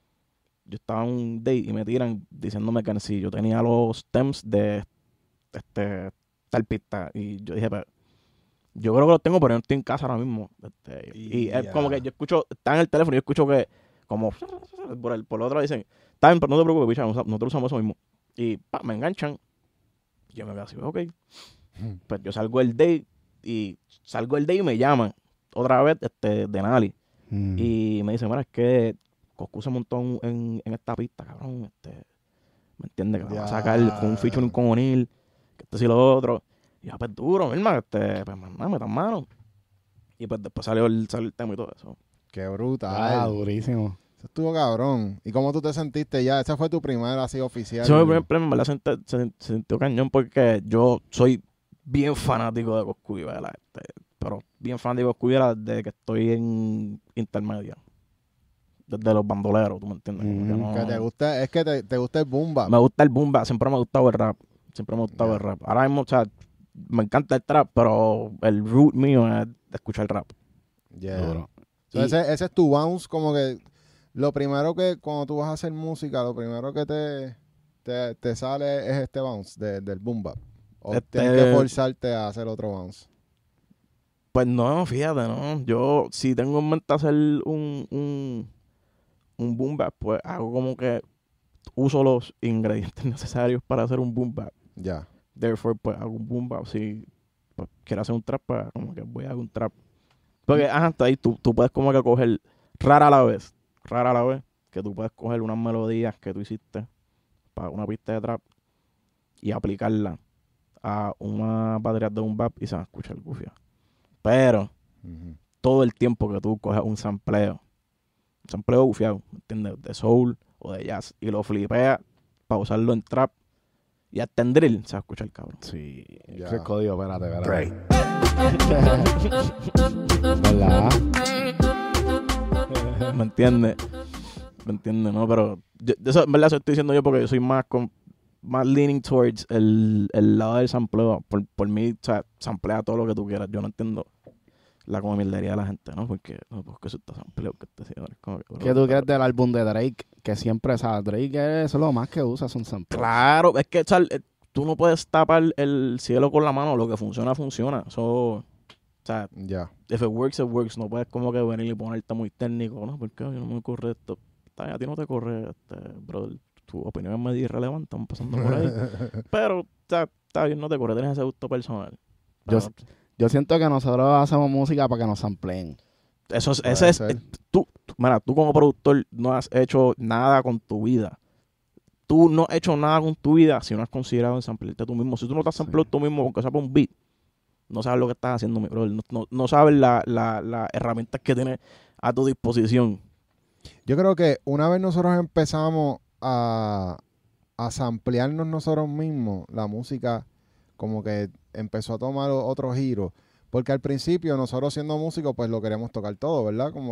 Yo estaba en un date y me tiran diciéndome que si yo tenía los stems de este, tal pista. Y yo dije, pues, yo creo que los tengo, pero no estoy en casa ahora mismo. Este, y es como que yo escucho, está en el teléfono y yo escucho que, como, por el, por el otro lado dicen, está bien, pero no te preocupes, bicha, nosotros usamos eso mismo. Y pa, me enganchan. Y yo me quedo así, ok. Pues yo salgo el date y salgo el date y me llaman otra vez este, de Nali. Mm. Y me dicen, mira, es que Coscu se montó en, en, en esta pista, cabrón. Este, ¿me entiendes? Que me va a sacar con un featuring con O'Neal, que esto y lo otro. Y ya, pues duro, mi hermano, este, pues nada, me tan mano. Y pues después salió el, salió el tema y todo eso. Qué brutal. Ah, durísimo. Eso estuvo cabrón. ¿Y cómo tú te sentiste ya? Esa fue tu primera así oficial. Ese fue mi primer premio, me la sentí, se, se sintió cañón porque yo soy bien fanático de Coscu, ¿verdad? Este, pero bien fanático de Coscu desde que estoy en intermedia. Desde los bandoleros, ¿tú me entiendes? Mm, que no, que te gusta, es que te, te gusta el boom bap. Me gusta el boom bap, siempre me ha gustado el rap. Siempre me ha gustado yeah. el rap. Ahora mismo, o sea, me encanta el trap, pero el root mío es escuchar rap. Yeah. So, y, ese, ese es tu bounce, como que lo primero que, cuando tú vas a hacer música, lo primero que te, te, te sale es este bounce de, del boom bap. O este, tienes que forzarte a hacer otro bounce. Pues no, fíjate, no. Yo, si tengo en mente hacer un, un, un boom bap, pues hago como que uso los ingredientes necesarios para hacer un boom bap. Ya. Yeah. Therefore, pues hago un boom bap. Si pues, quiero hacer un trap, pues como que voy a hacer un trap. Porque, ajá, hasta ahí tú, tú puedes como que coger rara a la vez, rara a la vez, que tú puedes coger unas melodías que tú hiciste para una pista de trap y aplicarla a una batería de boom bap y se va a escuchar gufia. Pero, uh-huh. todo el tiempo que tú coges un sampleo, un sampleo gufiado, ¿me entiendes? De soul o de jazz, y lo flipeas para usarlo en trap y hasta en drill, se va a escuchar cabrón. Sí, ya. Ese código, espérate, espérate. ¿Verdad? ¿Me entiendes? ¿Me entiendes? No, pero yo, eso en verdad eso estoy diciendo yo porque yo soy más con, más leaning towards el, el lado del sampleo. Por, por mí, o sea, samplea todo lo que tú quieras. Yo no entiendo la como mierdería de la gente, ¿no? Porque, no, porque eso está sampleado, que este señor es como que... ¿Qué tú crees del álbum de Drake? Que siempre, o sea, Drake es lo más que usa, son samples. Claro, es que, o sea, tú no puedes tapar el cielo con la mano. Lo que funciona, funciona. Eso, o sea, ya. Yeah. If it works, it works. No puedes como que venir y ponerte muy técnico, ¿no? Porque a mí no me ocurre esto. A ti no te corre, este, brother. Tu opinión es medio irrelevante, estamos pasando por ahí. Pero, o sea, está bien, no te corre, tienes ese gusto personal. Yo, yo siento que nosotros hacemos música para que nos sampleen. Eso es, ese es, es tú, tú, mira, tú como productor no has hecho nada con tu vida. Tú no has hecho nada con tu vida si no has considerado ensamblearte tú mismo. Si tú no te has sampleado sí. tú mismo, aunque sea por un beat, no sabes lo que estás haciendo, mi brother. No, no, no sabes las la, la herramientas que tienes a tu disposición. Yo creo que una vez nosotros empezamos a, a samplearnos nosotros mismos, la música como que empezó a tomar otro giro. Porque al principio nosotros siendo músicos pues lo queremos tocar todo, ¿verdad? Como que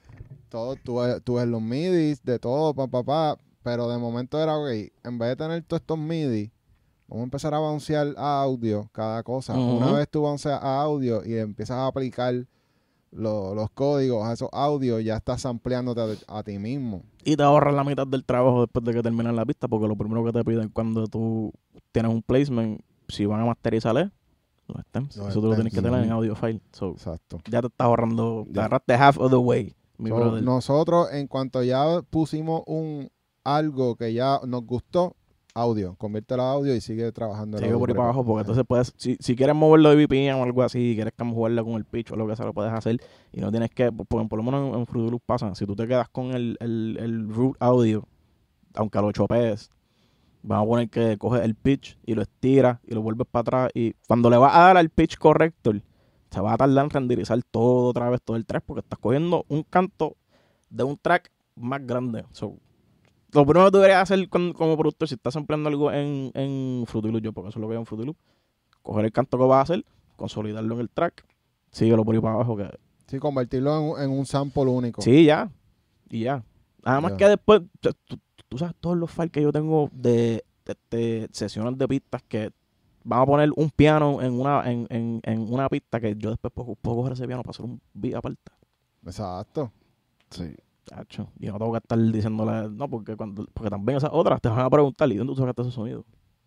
todo, tú, tú ves los midis, de todo, papá, pa, pa, pero de momento era, ok, en vez de tener todos estos midis, vamos a empezar a bouncear a audio cada cosa. Uh-huh. Una vez tú bounceas a audio y empiezas a aplicar lo, los códigos a esos audios, ya estás ampliándote a, a ti mismo. Y te ahorras la mitad del trabajo después de que terminas la pista, porque lo primero que te piden cuando tú tienes un placement, si van a masterizar es los stems. Los Eso tú lo tienes que stems, tener en ujú. audio file. So, Exacto. ya te estás ahorrando, te Ya. agarraste half of the way, mi So, brother. nosotros, en cuanto ya pusimos un algo que ya nos gustó, audio, conviértelo a audio y sigue trabajando. el Sigue audio por ahí para abajo, porque Ajá. entonces puedes, si, si quieres moverlo de V P N o algo así, quieres como jugarle con el pitch o lo que sea, lo puedes hacer y no tienes que, por, por lo menos en, en Fruity Loops pasa, si tú te quedas con el, el, el root audio, aunque lo chopees, vamos a poner que coges el pitch y lo estiras y lo vuelves para atrás y cuando le vas a dar al pitch corrector, se va a tardar en renderizar todo otra vez, todo el track, porque estás cogiendo un canto de un track más grande. So, lo primero que tú deberías hacer con, como productor, si estás empleando algo en, en Fruity Loops, yo porque eso es lo que hay en Fruity Loops, coger el canto que vas a hacer, consolidarlo en el track, síguelo por ahí para abajo. Que Sí, convertirlo en, un- en un sample único. sí, ya. Y ya. Además Ya. que después, tú, tú- tú sabes todos los files que yo tengo de, de- de sesiones de pistas que van a poner un piano en una en, en, en una pista que yo después puedo, puedo coger ese piano para hacer un beat aparte. Exacto. Sí. Tacho. Y no tengo que estar diciéndole, no, porque cuando porque también esas otras te van a preguntar, ¿y dónde tú sacaste ese sonido?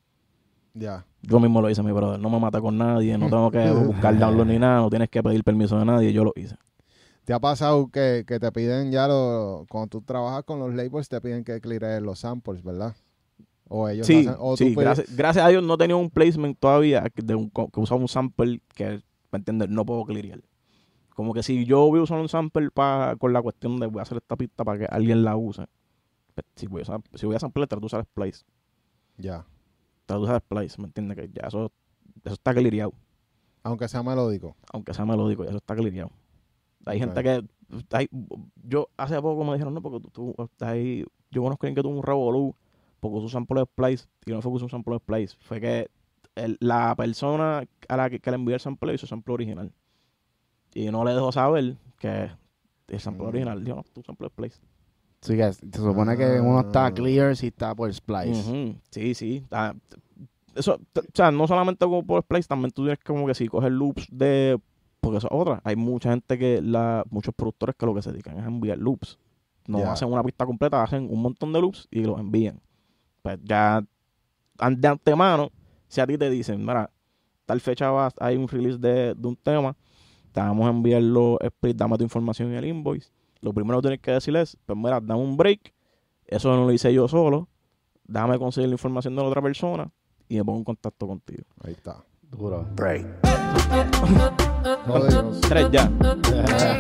Ya. Yo mismo lo hice, mi brother. No me maté con nadie, no tengo que buscar download ni nada, no tienes que pedir permiso de nadie, yo lo hice. ¿Te ha pasado que, que te piden ya, lo, cuando tú trabajas con los labels, te piden que cleares los samples, ¿verdad? O ellos Sí, hacen... O sí, tú pides- gracias, gracias a Dios no tenía un placement todavía que, de un, que usaba un sample que, ¿me entiendes? No puedo clearear. Como que si yo voy a usar un sample pa, con la cuestión de voy a hacer esta pista para que alguien la use, pues, si voy a usar, si voy a samplear, trato de usar Splice. Ya. Trato de usar Splice, ¿me entiendes? Que ya eso, eso está cleareado. Aunque sea melódico. Aunque sea melódico, ya eso está cleareado. Hay Ok. gente que... Hay, yo hace poco me dijeron, no, porque tú, tú estás ahí... Yo conozco a alguien que tuvo un revolú porque usó un sample de Splice y no fue que usó un sample de Splice. Fue que el- la persona a la que, que le envió el sample hizo el sample original. Y no le dejó saber que el sample Mm. original. Dijo, no, tu sample de Splice. Sí, que se supone que uno está Ah. clear si está por Splice. Ujú. Sí, sí. Ah, eso, t- o sea, no solamente como por Splice, también tú tienes como que si coges loops de... Porque eso es otra. Hay mucha gente que... la Muchos productores que lo que se dedican es a enviar loops. No Ya. hacen una pista completa, hacen un montón de loops y los envían. Pues ya an- de antemano, si a ti te dicen, mira, tal fecha va, hay un release de, de un tema, te vamos a enviar los split, dame tu información en el invoice. Lo primero que tienes que decir es, pues mira, dame un break, eso no lo hice yo solo, déjame conseguir la información de la otra persona y me pongo en contacto contigo. Ahí está. Duro. Break. Jodidos. Tres ya. Tres ya.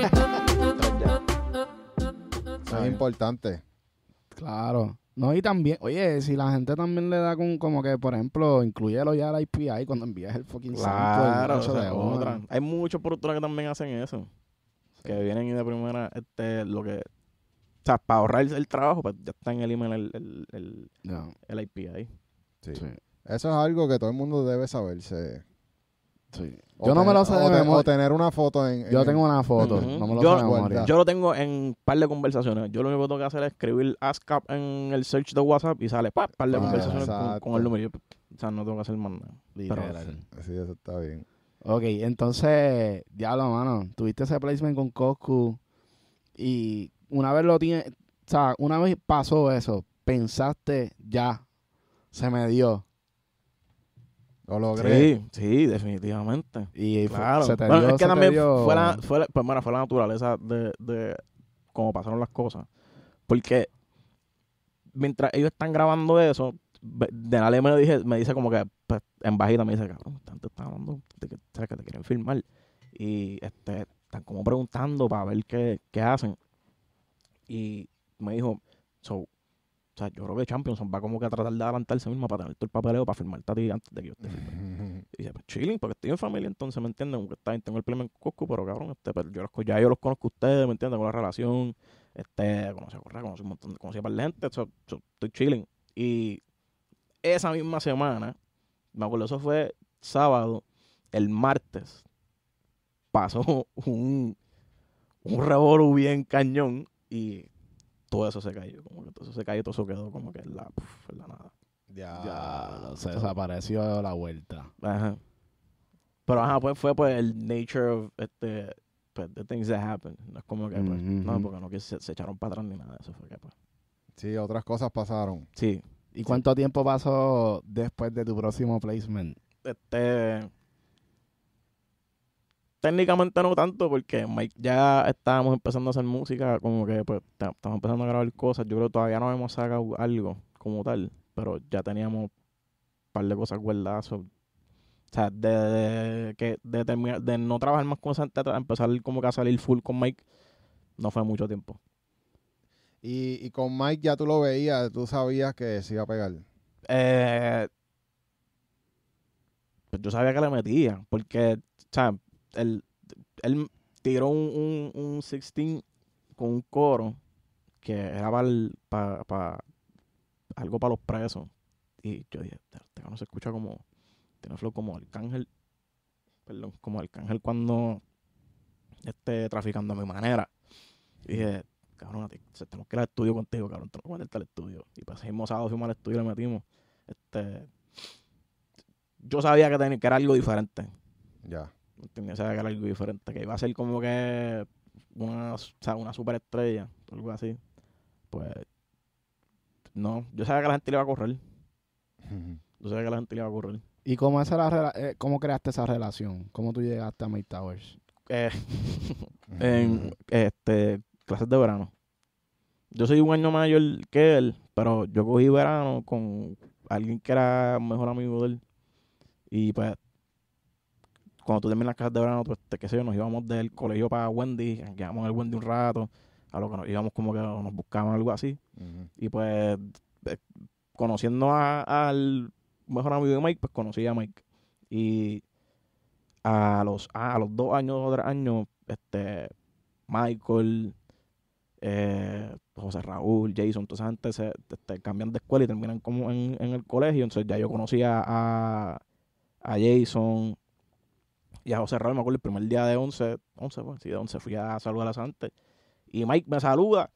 Eso es importante. Claro. No, y también, oye, si la gente también le da con, como que, por ejemplo, incluyelo ya al I P I cuando envías el fucking Claro, sample. o eso sea, de una. otra. Hay muchos productores que también hacen eso. Que vienen y de primera, este, lo que... O sea, para ahorrar el, el trabajo, pues ya está en el email el, el, el, Ya, el I P I. Sí. sí, Eso es algo que todo el mundo debe saberse. sí. O Yo no me tener- lo sé o de te- memoria. O tener una foto en... en Yo el- tengo una foto, Ujú. no me lo Yo- sé de memoria. Guarda. Yo lo tengo en un par de conversaciones. Yo lo único que tengo que hacer es escribir ASCAP en el search de WhatsApp y sale pa, par de Ah, conversaciones con, exacto. con el número. Yo, o sea, no tengo que hacer más nada. Literal. Sí, eso está bien. Ok, entonces, diablo, mano, tuviste ese placement con Coscu y una vez lo tienes, o sea, una vez pasó eso, pensaste, ya, se me dio. Lo logré. Sí, sí, definitivamente. Y fue- Claro. se te Bueno, dio, es que se te también dio- fue la, fue, la, pues, mira, fue la naturaleza de, de cómo pasaron las cosas. Porque mientras ellos están grabando eso, Be- Denali me, dije, me dice como que pues, en bajita me dice, cabrón, están, te están hablando de que, o sea, que te quieren filmar. Y este, están como preguntando para ver qué, qué hacen. Y me dijo, so, o sea, yo creo que Champions va como que a tratar de adelantarse mismo para tener todo el papeleo para filmarte a ti antes de que yo te filme. Y dice, pues chilling, porque estoy en familia, entonces, ¿me entienden? Aunque está, tengo el problema en Coscu, pero cabrón, este, pero yo los, ya yo los conozco a ustedes, ¿me entienden? Con la relación, este, conocí a Correa, conocí un montón, conocí a par de gente, so, so, estoy chilling. Y esa misma semana, me acuerdo, eso fue sábado, el martes, pasó un, un revolú bien cañón y todo eso se cayó. Como que todo eso se cayó, todo eso quedó como que en la, puf, en la nada. Ya. Ya, se desapareció la vuelta. Ajá. Pero ajá, pues fue pues el nature of este, pues, the things that happen. No es como que, pues, Mm-hmm. no, porque no que se, se echaron para atrás ni nada de eso. Fue que, pues, Sí, otras cosas pasaron. sí. ¿Y cuánto tiempo pasó después de tu próximo placement? Este. Técnicamente no tanto, porque Mike ya estábamos empezando a hacer música, como que pues ta- estamos empezando a grabar cosas. Yo creo que todavía no hemos sacado algo como tal, pero ya teníamos un par de cosas guardadas. O sea, de, de, que, de, terminar, de no trabajar más con Santa a empezar como que a salir full con Mike, no fue mucho tiempo. Y, y con Mike ya tú lo veías, tú sabías que se iba a pegar. Eh, pues yo sabía que le metía, porque, o sea, él, él tiró un, un, un dieciséis con un coro que era para pa, pa, algo para los presos. Y yo dije, este no se escucha como, tiene flow como Arcángel, perdón, como Arcángel cuando esté traficando a mi manera. Y dije, cabrón, a ti, tenemos que ir al estudio contigo, cabrón, tenemos que meterte al estudio. Y pues ese mismo sábado fuimos al estudio y le metimos. Este, yo sabía que, tenía, que era algo diferente. Ya. ¿Entiendes? Sabía que era algo diferente, que iba a ser como que una, o sea, una superestrella, algo así. Pues, no, yo sabía que la gente le iba a correr. Yo sabía que la gente le iba a correr. ¿Y cómo, esa la rela- eh, cómo creaste esa relación? ¿Cómo tú llegaste a Mike Towers? Eh, en este clases de verano. Yo soy un año mayor que él, pero yo cogí verano con alguien que era mejor amigo de él. Y pues, cuando tú terminas las clases de verano, pues, te, qué sé yo, nos íbamos del colegio para Wendy, quedamos en el Wendy un rato, a lo que nos íbamos como que nos buscaban algo así. Uh-huh. Y pues, eh, conociendo a, al mejor amigo de Mike, pues conocí a Mike. Y a los, ah, a los dos años o tres años, este, Michael, eh, José Raúl, Jason, toda esa gente se este, cambian de escuela y terminan como en, en el colegio. Entonces ya yo conocía a, a Jason y a José Raúl. Me acuerdo el primer día de once, once, pues, sí, de once fui a saludar a esa gente. Y Mike me saluda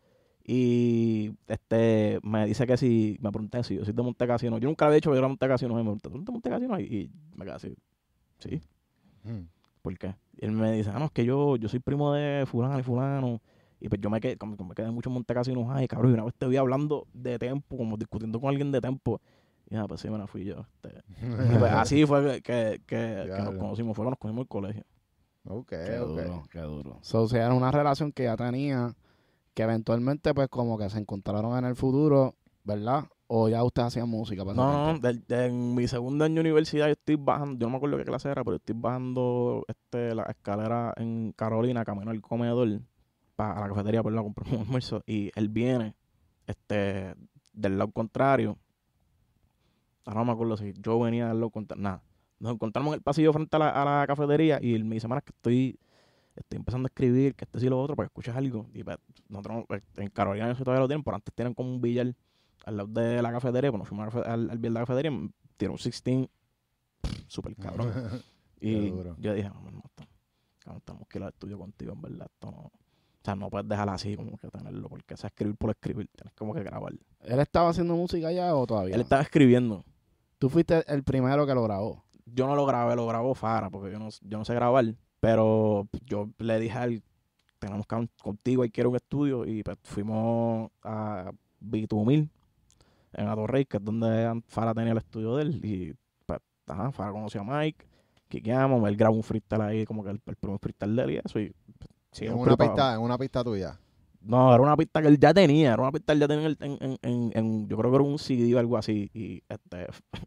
y este me dice que si, me pregunté si yo soy de Montecasino. Yo nunca había dicho que yo era Montecasino. Me pregunté, ¿tú eres de Montecasino? Y, y me quedé así, sí. Uh-huh. ¿Por qué? Y él me dice, ah, no, es que yo, yo soy primo de fulano y fulano. Y pues yo me quedé, como, como me quedé mucho en Montecasino. Ay, cabrón, y una vez te vi hablando de Tempo, como discutiendo con alguien de Tempo. Y nada, pues sí, me la fui yo. Este. Y pues así fue que, que, que, que nos conocimos, fue que nos conocimos en el colegio. Ok, Qué ok. duro, qué duro. So, o sea, era una relación que ya tenía, que eventualmente pues como que se encontraron en el futuro, ¿verdad? O ya ustedes hacían música. Para No, no, de, de, en mi segundo año de universidad yo estoy bajando, yo no me acuerdo qué clase era, pero estoy bajando este, la escalera en Carolina, camino al comedor, para la cafetería, por a comprar un almuerzo, y él viene este, del lado contrario. Ahora no me acuerdo si yo venía del lado contrario, nada. Nos encontramos en el pasillo frente a la, a la cafetería y él me dice, mira, que estoy, estoy empezando a escribir, que este sí lo otro, para que escuches algo. Y pues, nosotros en Carolina no sé si todavía lo tienen, pero antes tienen como un billar al lado de la cafetería, pues nos fuimos al, al billar de la cafetería, me tiró un dieciséis, súper cabrón. Y yo dije, no, no, no, no, tenemos que ir al estudio contigo, en verdad, esto no. O sea, no puedes dejarlo así, como que tenerlo, porque es escribir por escribir, tienes como que grabar. ¿Él estaba haciendo música ya o todavía? Él estaba escribiendo. Tú fuiste el primero que lo grabó. Yo no lo grabé, lo grabó Fara, porque yo no, yo no sé grabar, pero yo le dije a él, tenemos que contigo, hay que ir a un estudio, y pues fuimos a Bitumil, en Atorrey, que es donde Fara tenía el estudio de él, y pues, ajá, Fara conoció a Mike, quiqueamos, él grabó un freestyle ahí, como que el, el primer freestyle de él y eso, y pues, sí, ¿En una pista, en una pista tuya? No, era una pista que él ya tenía, era una pista que él ya tenía en, en, en, en yo creo que era un C D o algo así, y este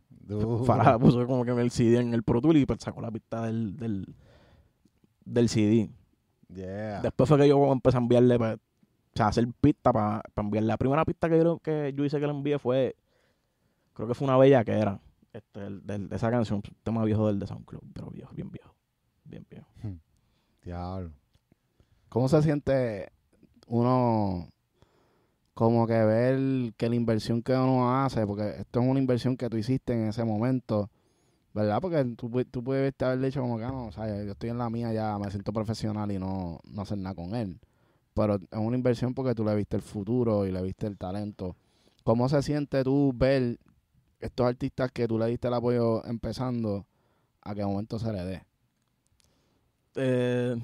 Fara puso como que en el C D en el Pro Tool y pues sacó la pista del, del, del C D. Yeah. Después fue que yo empecé a enviarle, pues, o sea, a hacer pista para pa enviarle. La primera pista que yo, que yo hice que le envié fue, creo que fue una bella que era, este, el, del, de esa canción, un tema viejo del de SoundCloud, pero viejo, bien viejo, bien viejo. Diablo. ¿Cómo se siente uno como que ver que la inversión que uno hace, porque esto es una inversión que tú hiciste en ese momento, ¿verdad? Porque tú, tú puedes haberle dicho como que no, o sea, yo estoy en la mía ya, me siento profesional y no, no hacer nada con él. pero es una inversión porque tú le viste el futuro y le viste el talento. ¿Cómo se siente tú ver estos artistas que tú le diste el apoyo empezando a qué momento se le dé? Eh,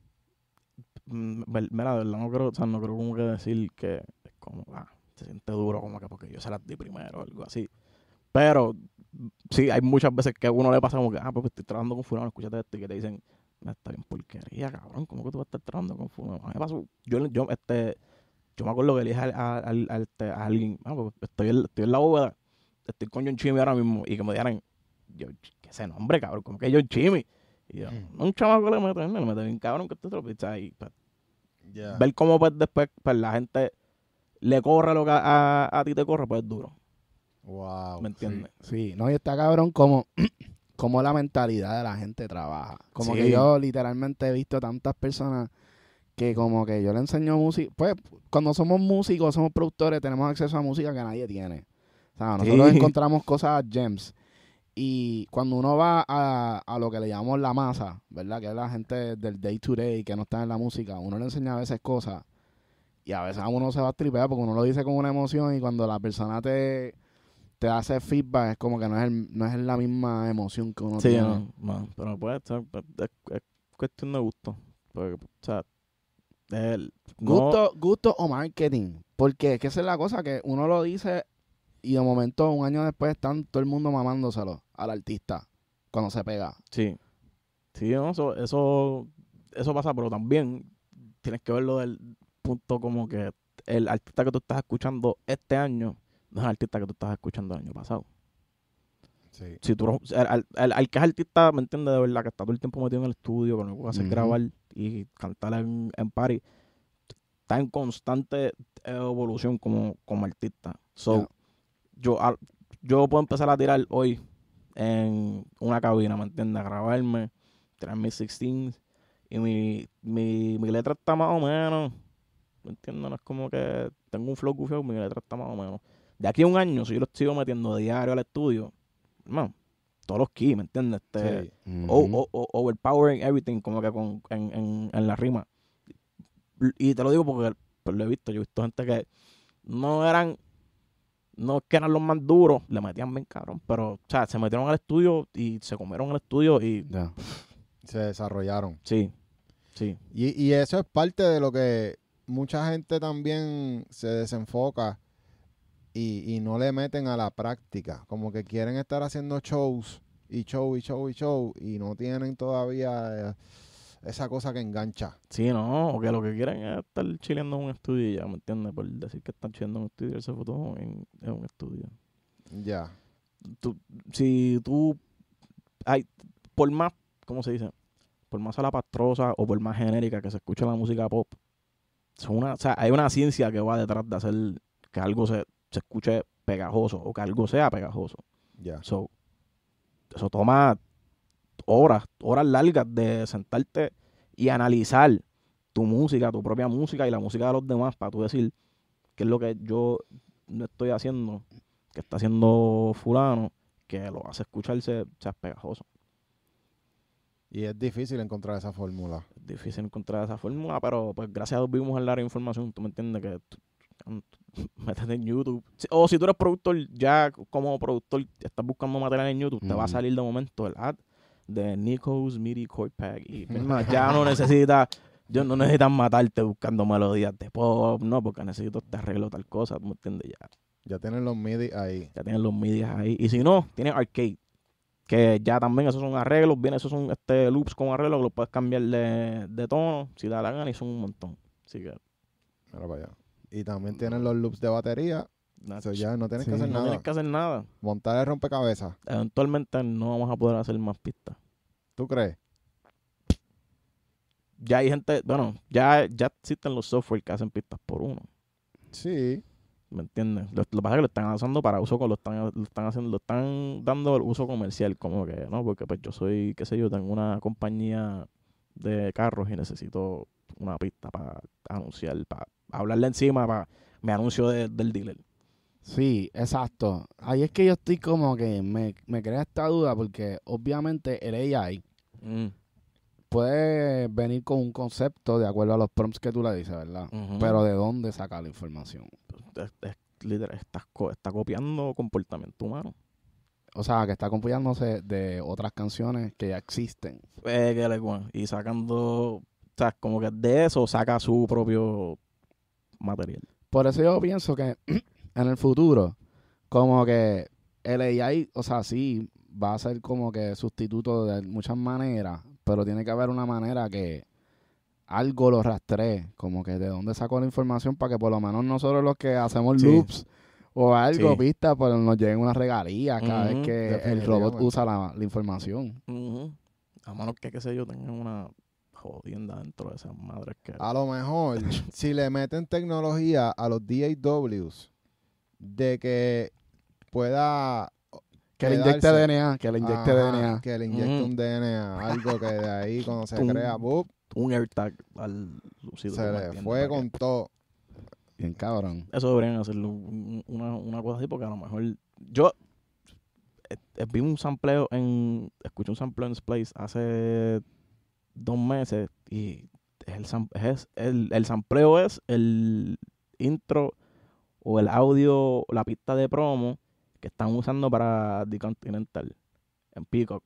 mm, ver- mira, de verdad no creo, o sea, no creo como que decir que es como, ah, se siente duro como que porque yo se las di primero o algo así. Pero sí, hay muchas veces que a uno le pasa como que, ah, pues estoy trabajando con fulano, escúchate esto, y que te dicen, no, está bien porquería, cabrón, ¿cómo que tú vas a estar trabajando con fulano? A mí me pasó, yo, yo, este, yo me acuerdo que le dije a, a, a, a este, a alguien, ah, pues estoy en, estoy en la bóveda, estoy con John Chimmy ahora mismo, y que me dijeran, yo, ¿qué ese nombre, cabrón? ¿Cómo que John Chimmy? Y yo, Mm. no, un chamaco le mete, le mete bien cabrón que tú te lo piensas, y pues, Ya. ver cómo pues después pues, la gente le corre lo que a, a, a ti te corre, pues es duro, Wow. ¿me entiendes? Sí, no, y está cabrón como, como la mentalidad de la gente trabaja. Como Sí. que yo literalmente he visto tantas personas que como que yo le enseño música. Pues cuando somos músicos, somos productores, tenemos acceso a música que nadie tiene. O sea, nosotros Sí. encontramos cosas gems. Y cuando uno va a, a lo que le llamamos la masa, ¿verdad? Que es la gente del day to day que no está en la música, uno le enseña a veces cosas y a veces a uno se va a tripear porque uno lo dice con una emoción y cuando la persona te, te hace feedback es como que no es, el, no es la misma emoción que uno Sí, tiene. no, no, pero puede ser, pues, es, es cuestión de gusto. Porque, o sea, el, no, Gusto, gusto o marketing. Porque es que esa es la cosa que uno lo dice y de momento un año después están todo el mundo mamándoselo al artista cuando se pega. sí, sí, no, eso, eso, eso pasa, pero también tienes que verlo del punto como que el artista que tú estás escuchando este año no es el artista que tú estás escuchando el año pasado. Sí. Si tú, no- el, el, el- el que es artista, ¿me entiendes? De verdad, que está todo el tiempo metido en el estudio, que lo que hace es Ujú. grabar y cantar en, en party, está en constante evolución como, como artista. So, Ya. yo, a- yo puedo empezar a tirar hoy en una cabina, ¿me entiendes? A grabarme, tirar mis sixteens y mi, mi, mi letra está más o menos, ¿me entiendes? No es como que tengo un flow gufiado, mi letra está más o menos. De aquí a un año, si yo lo sigo metiendo diario al estudio, hermano, todos los keys, ¿me entiendes? Este, Sí. o, Ujú. o, o- overpowering everything, como que con, en, en, en la rima. Y te lo digo porque pues, lo he visto, yo he visto gente que no eran, no es que eran los más duros, le metían bien cabrón, pero, o sea, se metieron al estudio y se comieron el estudio y Ya. Se desarrollaron. sí, sí, Y, y eso es parte de lo que mucha gente también se desenfoca y, y no le meten a la práctica. Como que quieren estar haciendo shows y show y show y show y no tienen todavía eh, esa cosa que engancha. sí, no, o que lo que quieren es estar chileando en un estudio y ya, ¿me entiendes? Por decir que están chileando en un estudio, ese foto en, en un estudio. Ya. Tú, si tú, hay, por más, ¿cómo se dice? Por más salapastrosa o por más genérica que se escuche la música pop, son una, o sea, hay una ciencia que va detrás de hacer que algo se, se escuche pegajoso o que algo sea pegajoso. Ya. So, eso toma horas, horas largas de sentarte y analizar tu música, tu propia música y la música de los demás para tú decir qué es lo que yo no estoy haciendo, que está haciendo fulano, que lo hace escucharse, sea pegajoso. Y es difícil encontrar esa fórmula. Es difícil encontrar esa fórmula, pero pues gracias a Dios vivimos en el área de información, tú me entiendes que tú, tú, métete en YouTube. Si- O si tú eres productor, ya como productor estás buscando material en YouTube, te va a Ujú. salir de momento el ad de Nico's MIDI Chord Pack. Y mi hermano, ya no necesitas, yo no necesitas matarte buscando melodías de pop, no, porque necesito este arreglo tal cosa, tú me entiendes, ya, Ya tienen los MIDI ahí. ya tienes los MIDI ahí. Y si no, tienes arcade, que ya también esos son arreglos, bien, esos son este loops con arreglos que los puedes cambiar de, de tono, si te da la gana, y son un montón. Así que, Mira para allá. Y también tienen los loops de batería. nah, So ya no tienes Sí. que hacer no nada. tienes que hacer nada. Montar el rompecabezas. Eventualmente no vamos a poder hacer más pistas. ¿Tú crees? Ya hay gente, bueno, ya, ya existen los software que hacen pistas por uno. Sí. ¿Me entiendes? Lo, lo que pasa es que lo están usando para uso, lo están, lo están haciendo, lo están dando el uso comercial, como que, ¿no? Porque pues yo soy, qué sé yo, tengo una compañía de carros y necesito una pista para anunciar, para hablarle encima, para mi anuncio de- del dealer. Sí, exacto. Ahí es que yo estoy como que me, me crea esta duda porque obviamente el A I Mm. puede venir con un concepto de acuerdo a los prompts que tú le dices, ¿verdad? Ujú. Pero ¿de dónde saca la información? Es, es literal, estás co- está copiando comportamiento humano. O sea, que está copiándose de otras canciones que ya existen. Eh, que le- bueno, y sacando, o sea, como que de eso saca su propio material. Por eso yo pienso que en el futuro, como que el A I, o sea, sí, va a ser como que sustituto de muchas maneras, pero tiene que haber una manera que algo lo rastree, como que de dónde sacó la información para que por lo menos nosotros los que hacemos Sí. loops o algo, Sí. pistas, pues nos lleguen unas regalías cada Ujú, vez que el robot definitivamente. usa la, la información. Ujú. A menos que, qué sé yo, tengan una jodienda dentro de esas madres que... A lo mejor, si le meten tecnología a los D A Ws, de que pueda Que le inyecte quedarse- D N A, que le inyecte Ajá, D N A. que le inyecte Ujú. un D N A, algo que de ahí cuando se Un- crea, ¡bup! Un AirTag al lucido. se ¿tú me le entiendes? fue Para que- con todo. Bien cabrón. Eso deberían hacerlo un- una, una cosa así, porque a lo mejor... Yo eh, eh, vi un sampleo en... Escuché un sampleo en Splice hace dos meses y es el, sam- es el, el sampleo es el intro o el audio, la pista de promo que están usando para The Continental en Peacock.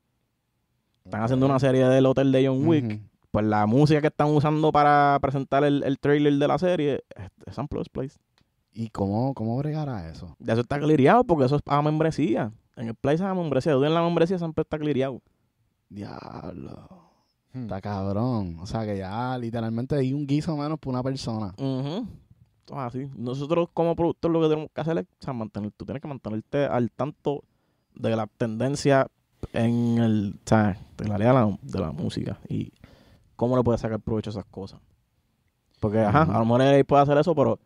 Están haciendo una serie del hotel de John Wick. Ujú. Pues la música que están usando para presentar el, el trailer de la serie es, es sample de Splice. ¿Y cómo, cómo bregará eso? Ya eso está clireado porque eso es a membresía. En el Splice es a membresía. Tú en la membresía siempre está clireado. Diablo. Hmm. Está cabrón. O sea que ya literalmente hay un guiso menos por una persona. Ujú. Todo así. Nosotros como productores lo que tenemos que hacer es, o sea, mantener, tú tienes que mantenerte al tanto de la tendencia en el, o sea, de la área de la, de la música y cómo le puedes sacar provecho a esas cosas. Porque, ajá, Ujú. a lo mejor él puede hacer eso, pero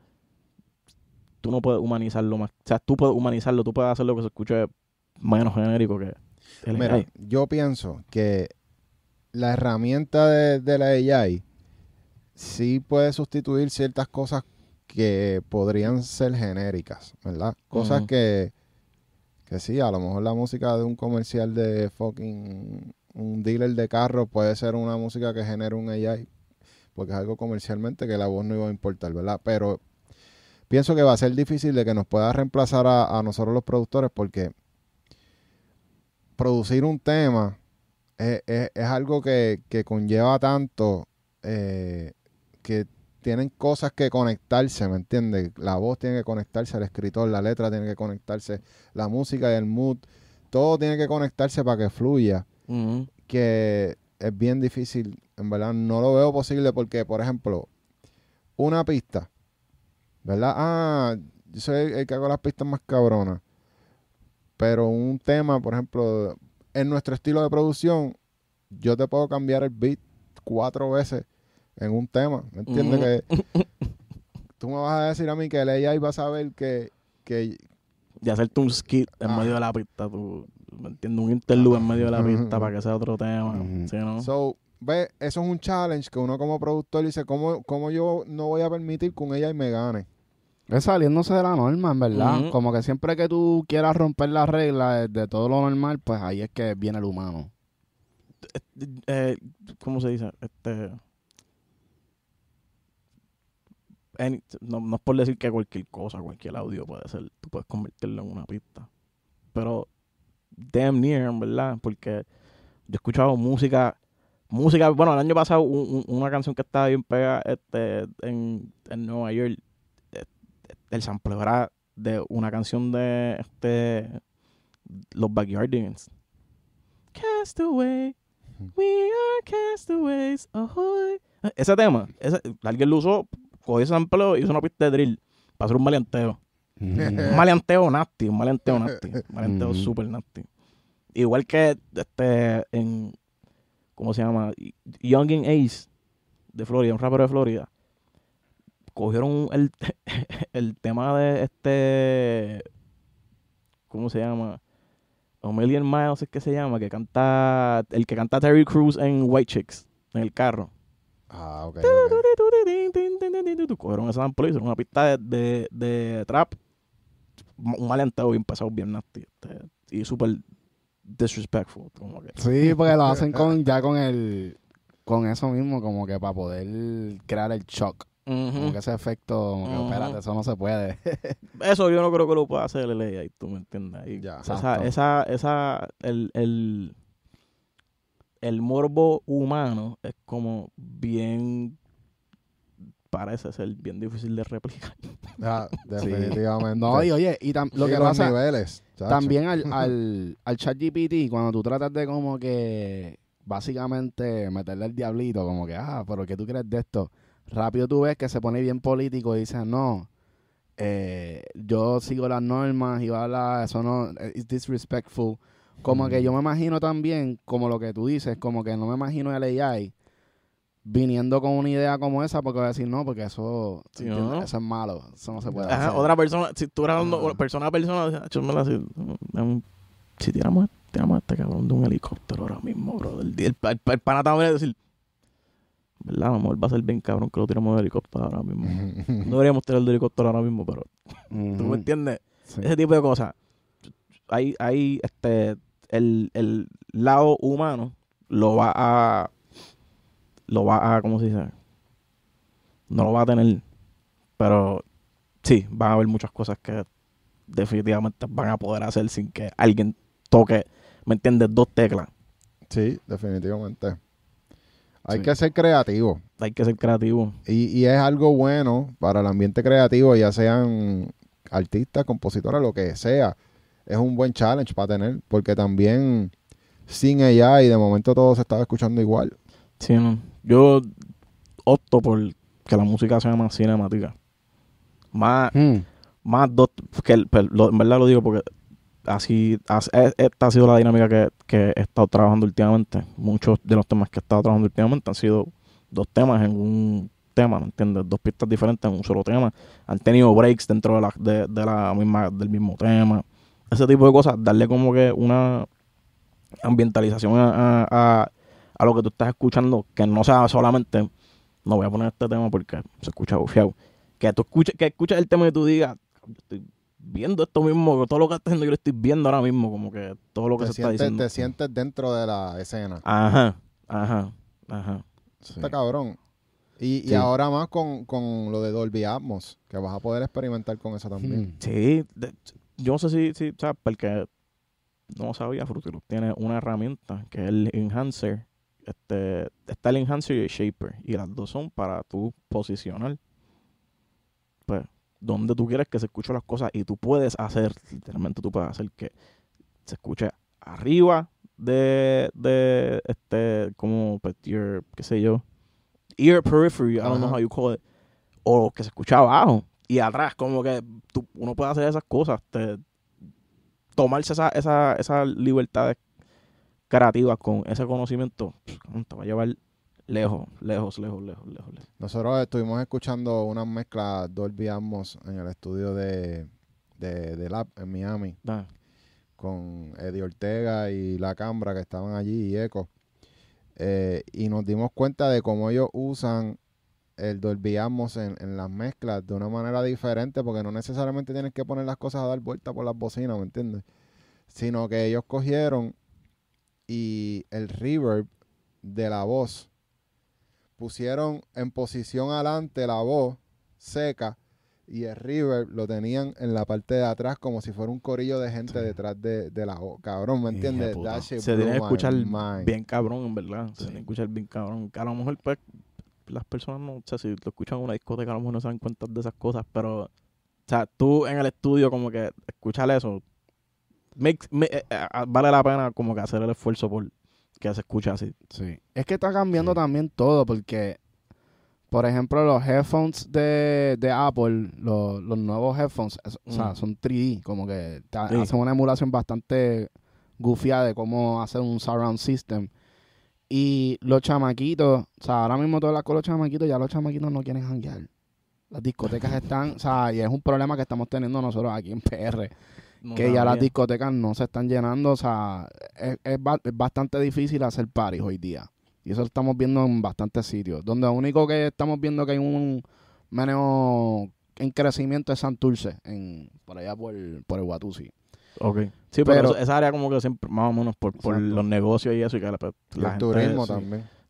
tú no puedes humanizarlo más. O sea, tú puedes humanizarlo, tú puedes hacer lo que se escuche menos genérico que el Mira, A I. yo pienso que la herramienta de, de la A I sí puede sustituir ciertas cosas que podrían ser genéricas, ¿verdad? Cosas Ujú. que, que sí, a lo mejor la música de un comercial de fucking un dealer de carros puede ser una música que genere un A I, porque es algo comercialmente que la voz no iba a importar, ¿verdad? Pero pienso que va a ser difícil de que nos pueda reemplazar a, a nosotros los productores, porque producir un tema es, es- es algo que, que conlleva tanto, eh, que tienen cosas que conectarse, ¿me entiendes? La voz tiene que conectarse al escritor, la letra tiene que conectarse, la música y el mood, todo tiene que conectarse para que fluya, Ujú. que es bien difícil, en verdad no lo veo posible porque, por ejemplo, una pista, ¿verdad? Ah, yo soy el que hago las pistas más cabronas, pero un tema, por ejemplo, en nuestro estilo de producción, yo te puedo cambiar el beat cuatro veces en un tema, ¿me entiendes? Ujú. Que tú me vas a decir a mí que el A I va a saber que, que De hacerte un skit en Ajá. medio de la pista, tú, ¿me entiendes? Un interlude en medio de la pista para que sea otro tema. Ujú. ¿Sí, no? so, ve, eso es un challenge que uno como productor dice, ¿cómo, cómo yo no voy a permitir que un A I me gane? Es saliéndose de la norma, en verdad. Ujú. Como que siempre que tú quieras romper las reglas de, de todo lo normal, pues ahí es que viene el humano. Eh, ¿Cómo se dice? Este, any- no, no es por decir que cualquier cosa, cualquier audio puede ser, tú puedes convertirlo en una pista. Pero damn near, en verdad, porque yo he escuchado música, música, bueno, el año pasado un- un- una canción que estaba bien pegada este, en, en Nueva York, eh, el sampleo era de una canción de este los Backyardigans. Castaway, we are castaways, ahoy. Ese tema, ese, alguien lo usó, cogió ese sampleo y hizo una pista de drill para hacer un maleanteo. Un maleanteo nasty, un maleanteo nasty, un maleanteo Ujú. super nasty. Igual que este en ¿cómo se llama? Youngin Ace de Florida, un rapero de Florida. Cogieron el, el tema de este ¿cómo se llama? A Million Miles es que se llama, que canta el que canta Terry Crews en White Chicks en el carro. Ah, ok, ok. Cogieron esa sample y hicieron una pista de, de, de trap, un maleanteo bien pesado, bien nasty, este, y súper disrespectful, como que. Sí, porque lo hacen con ya con el con eso mismo, como que para poder crear el shock. Uh-huh. Como que ese efecto, como que, Uh-huh. espérate, eso no se puede. Eso yo no creo que lo pueda hacer el A I, tú me entiendes. Ahí, Ya. esa, esa, esa, el, el, el morbo humano es como bien, parece ser bien difícil de replicar. Ya, definitivamente. No, y oye, y tam- lo Y que los pasa niveles, chacho. también al, al, al ChatGPT, cuando tú tratas de como que básicamente meterle el diablito, como que, ah, pero ¿qué tú crees de esto? Rápido tú ves que se pone bien político y dice, no, eh, yo sigo las normas y habla, eso no, es disrespectful. Como Mm. que yo me imagino también, como lo que tú dices, como que no me imagino el A I viniendo con una idea como esa, porque va a decir, no, porque eso, Sí, ¿entiendes? ¿no? Eso es malo, eso no se puede Ajá, hacer. otra persona, si tú eras hablando Ajá. persona a persona, dice, "Acho, mira, si, um, si tiramos, tiramos a este cabrón de un helicóptero ahora mismo, bro. El, el, el, el pana también es decir, ¿verdad? A lo mejor va a ser bien cabrón que lo tiremos de helicóptero ahora mismo. No deberíamos tirar el de helicóptero ahora mismo, pero ¿tú Ujú. me entiendes? Sí. Ese tipo de cosas. Hay, hay este, el, el lado humano lo va a, lo va a, ¿cómo se dice? No lo va a tener, pero sí, van a haber muchas cosas que definitivamente van a poder hacer sin que alguien toque, ¿me entiendes? Dos teclas. Sí, definitivamente. Hay Sí. que ser creativo. Hay que ser creativo. Y, y es algo bueno para el ambiente creativo, ya sean artistas, compositores, lo que sea. Es un buen challenge para tener, porque también sin ella y de momento todo se estaba escuchando igual. Sí, no. Yo opto por que la música sea más cinemática. Más, Hmm. más dos, que el- pero lo- en verdad lo digo porque así, as- e- esta ha sido la dinámica que, que he estado trabajando últimamente. Muchos de los temas que he estado trabajando últimamente han sido dos temas en un tema, ¿me entiendes? Dos pistas diferentes en un solo tema. Han tenido breaks dentro de la, de, de la misma, del mismo tema. Ese tipo de cosas, darle como que una ambientalización a, a, a, a lo que tú estás escuchando, que no sea solamente, no voy a poner este tema porque se escucha bufiado. Que tú escuches, que escuches el tema y tú digas, yo estoy viendo esto mismo, todo lo que estás haciendo yo lo estoy viendo ahora mismo, como que todo lo que Te se está sientes, diciendo. te sientes dentro de la escena. Ajá, ajá, ajá. Sí. Está cabrón. Y, y Sí. ahora más con, con lo de Dolby Atmos, que vas a poder experimentar con eso también. Hmm. Sí, de- yo no sé si, si sabes, porque no sabía, Fruity Loop tiene una herramienta que es el enhancer. Este, está el enhancer y el shaper, y las dos son para tú posicionar, pues, donde tú quieres que se escuchen las cosas, y tú puedes hacer, literalmente tú puedes hacer que se escuche arriba de, de este, como, pues, your, qué sé yo, ear periphery, I don't know Ajá. how you call it, o que se escuche abajo y atrás, como que tú, uno puede hacer esas cosas, te, tomarse esa, esa, esas libertades creativas con ese conocimiento, pff, te va a llevar lejos, lejos, lejos, lejos, lejos, lejos. Nosotros estuvimos escuchando una mezcla Dolby Atmos en el estudio de, de, de Lab en Miami Da. con Eddie Ortega y La Cambra que estaban allí y Echo. Eh, y nos dimos cuenta de cómo ellos usan el Dolby Atmos en, en las mezclas de una manera diferente, porque no necesariamente tienes que poner las cosas a dar vuelta por las bocinas, ¿me entiendes? Sino que ellos cogieron y el reverb de la voz pusieron en posición adelante la voz seca y el reverb lo tenían en la parte de atrás como si fuera un corillo de gente Sí. detrás de, de la voz. Cabrón, ¿me Hija entiendes? de puta. That shit Se blew tiene que my escuchar mind. bien cabrón, en verdad. Se Sí. tiene que escuchar bien cabrón. Que a lo mejor, pues, las personas no, o sea, si lo escuchan en una discoteca, a lo mejor no se dan cuenta de esas cosas, pero, o sea, tú en el estudio, como que escuchar eso, makes- me- eh, eh, vale la pena como que hacer el esfuerzo por que se escuche así. Sí. Es que está cambiando Sí. también todo, porque, por ejemplo, los headphones de, de Apple, los, los nuevos headphones, es- o sea, Mm. son tres D, como que te Sí. hacen una emulación bastante gufiada de cómo hacer un surround system. Y los chamaquitos, o sea, ahora mismo todas las con los chamaquitos, ya los chamaquitos no quieren janguear. Las discotecas están, o sea, y es un problema que estamos teniendo nosotros aquí en P R. No que ya las sabía. discotecas no se están llenando, o sea, es, es, ba- es bastante difícil hacer parties hoy día. Y eso lo estamos viendo en bastantes sitios. Donde lo único que estamos viendo que hay un meneo en crecimiento es Santurce, en, por allá por, por el Watusi. Ok. Sí, pero, Pero- eso- esa área como que siempre, más o menos, por, por Exacto. los negocios y eso, y que la, Y la el gente, turismo sí. también.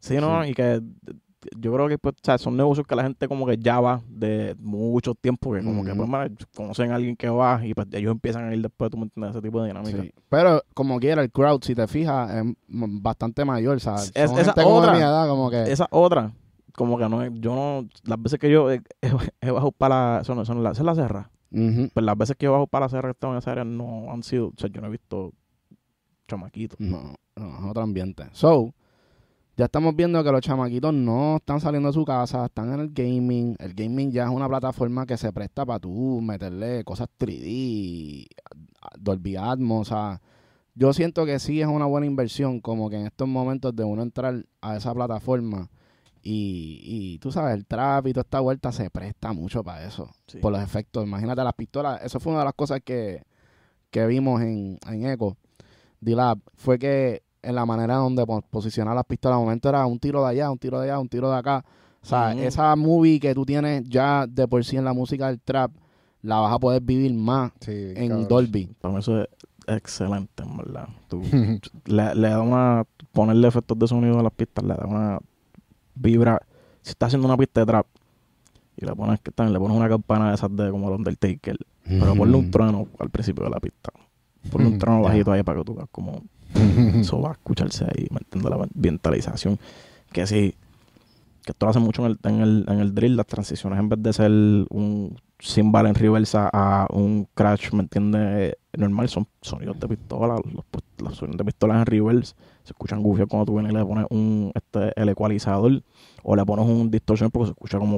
Sí, ¿no? Sí. Y que yo creo que pues, o sea, son negocios que la gente como que ya va de mucho tiempo, que como que Ujú. pues, man, conocen a alguien que va y pues ellos empiezan a ir después, tú me entiendes, ese tipo de dinámica. Sí. Pero como quiera, el crowd, si te fijas, es m- bastante mayor, ¿sabes? Es- Son esa gente como de otra. mi edad, como que... Esa otra, como que no, es- yo no, las veces que yo he, he, he bajado para la, eso no, eso no es la, esa es la serra, Ujú. pues las veces que yo bajo para la serra que estaba en esa área no han sido, o sea, yo no he visto chamaquitos. No, no, es otro ambiente. So, ya estamos viendo que los chamaquitos no están saliendo de su casa, están en el gaming. El gaming ya es una plataforma que se presta para tú meterle cosas tres D, Dolby Atmos, o sea, yo siento que sí es una buena inversión, como que en estos momentos de uno entrar a esa plataforma y, y tú sabes, el trap y toda esta vuelta se presta mucho para eso, Sí. por los efectos. Imagínate las pistolas, eso fue una de las cosas que, que vimos en, en Echo, D-Lab, fue que en la manera donde po- posicionar las pistolas, al momento era un tiro de allá, un tiro de allá, un tiro de acá. O sea, Ujú. esa movie que tú tienes ya de por sí en la música del trap, la vas a poder vivir más Sí, en cabrón. Dolby. Para mí eso es excelente, en verdad. Tú, le, le da una, ponerle efectos de sonido a las pistas, le da una vibra. Si estás haciendo una pista de trap y le pones que también le pones una campana de esas de como el Undertaker, pero ponle un trueno al principio de la pista. Ponle un trueno Ya. bajito ahí para que tú veas como eso va a escucharse ahí, ¿me entiendes? La ambientalización. Que sí, que esto lo hace mucho en el, en el, en el drill, las transiciones, en vez de ser un cymbal en reversa a un crash, ¿me entiendes? Normal, son sonidos de pistola, los, los sonidos de pistolas en reverse se escuchan gufios cuando tú vienes y le pones un, este, el ecualizador o le pones un distorsión porque se escucha como...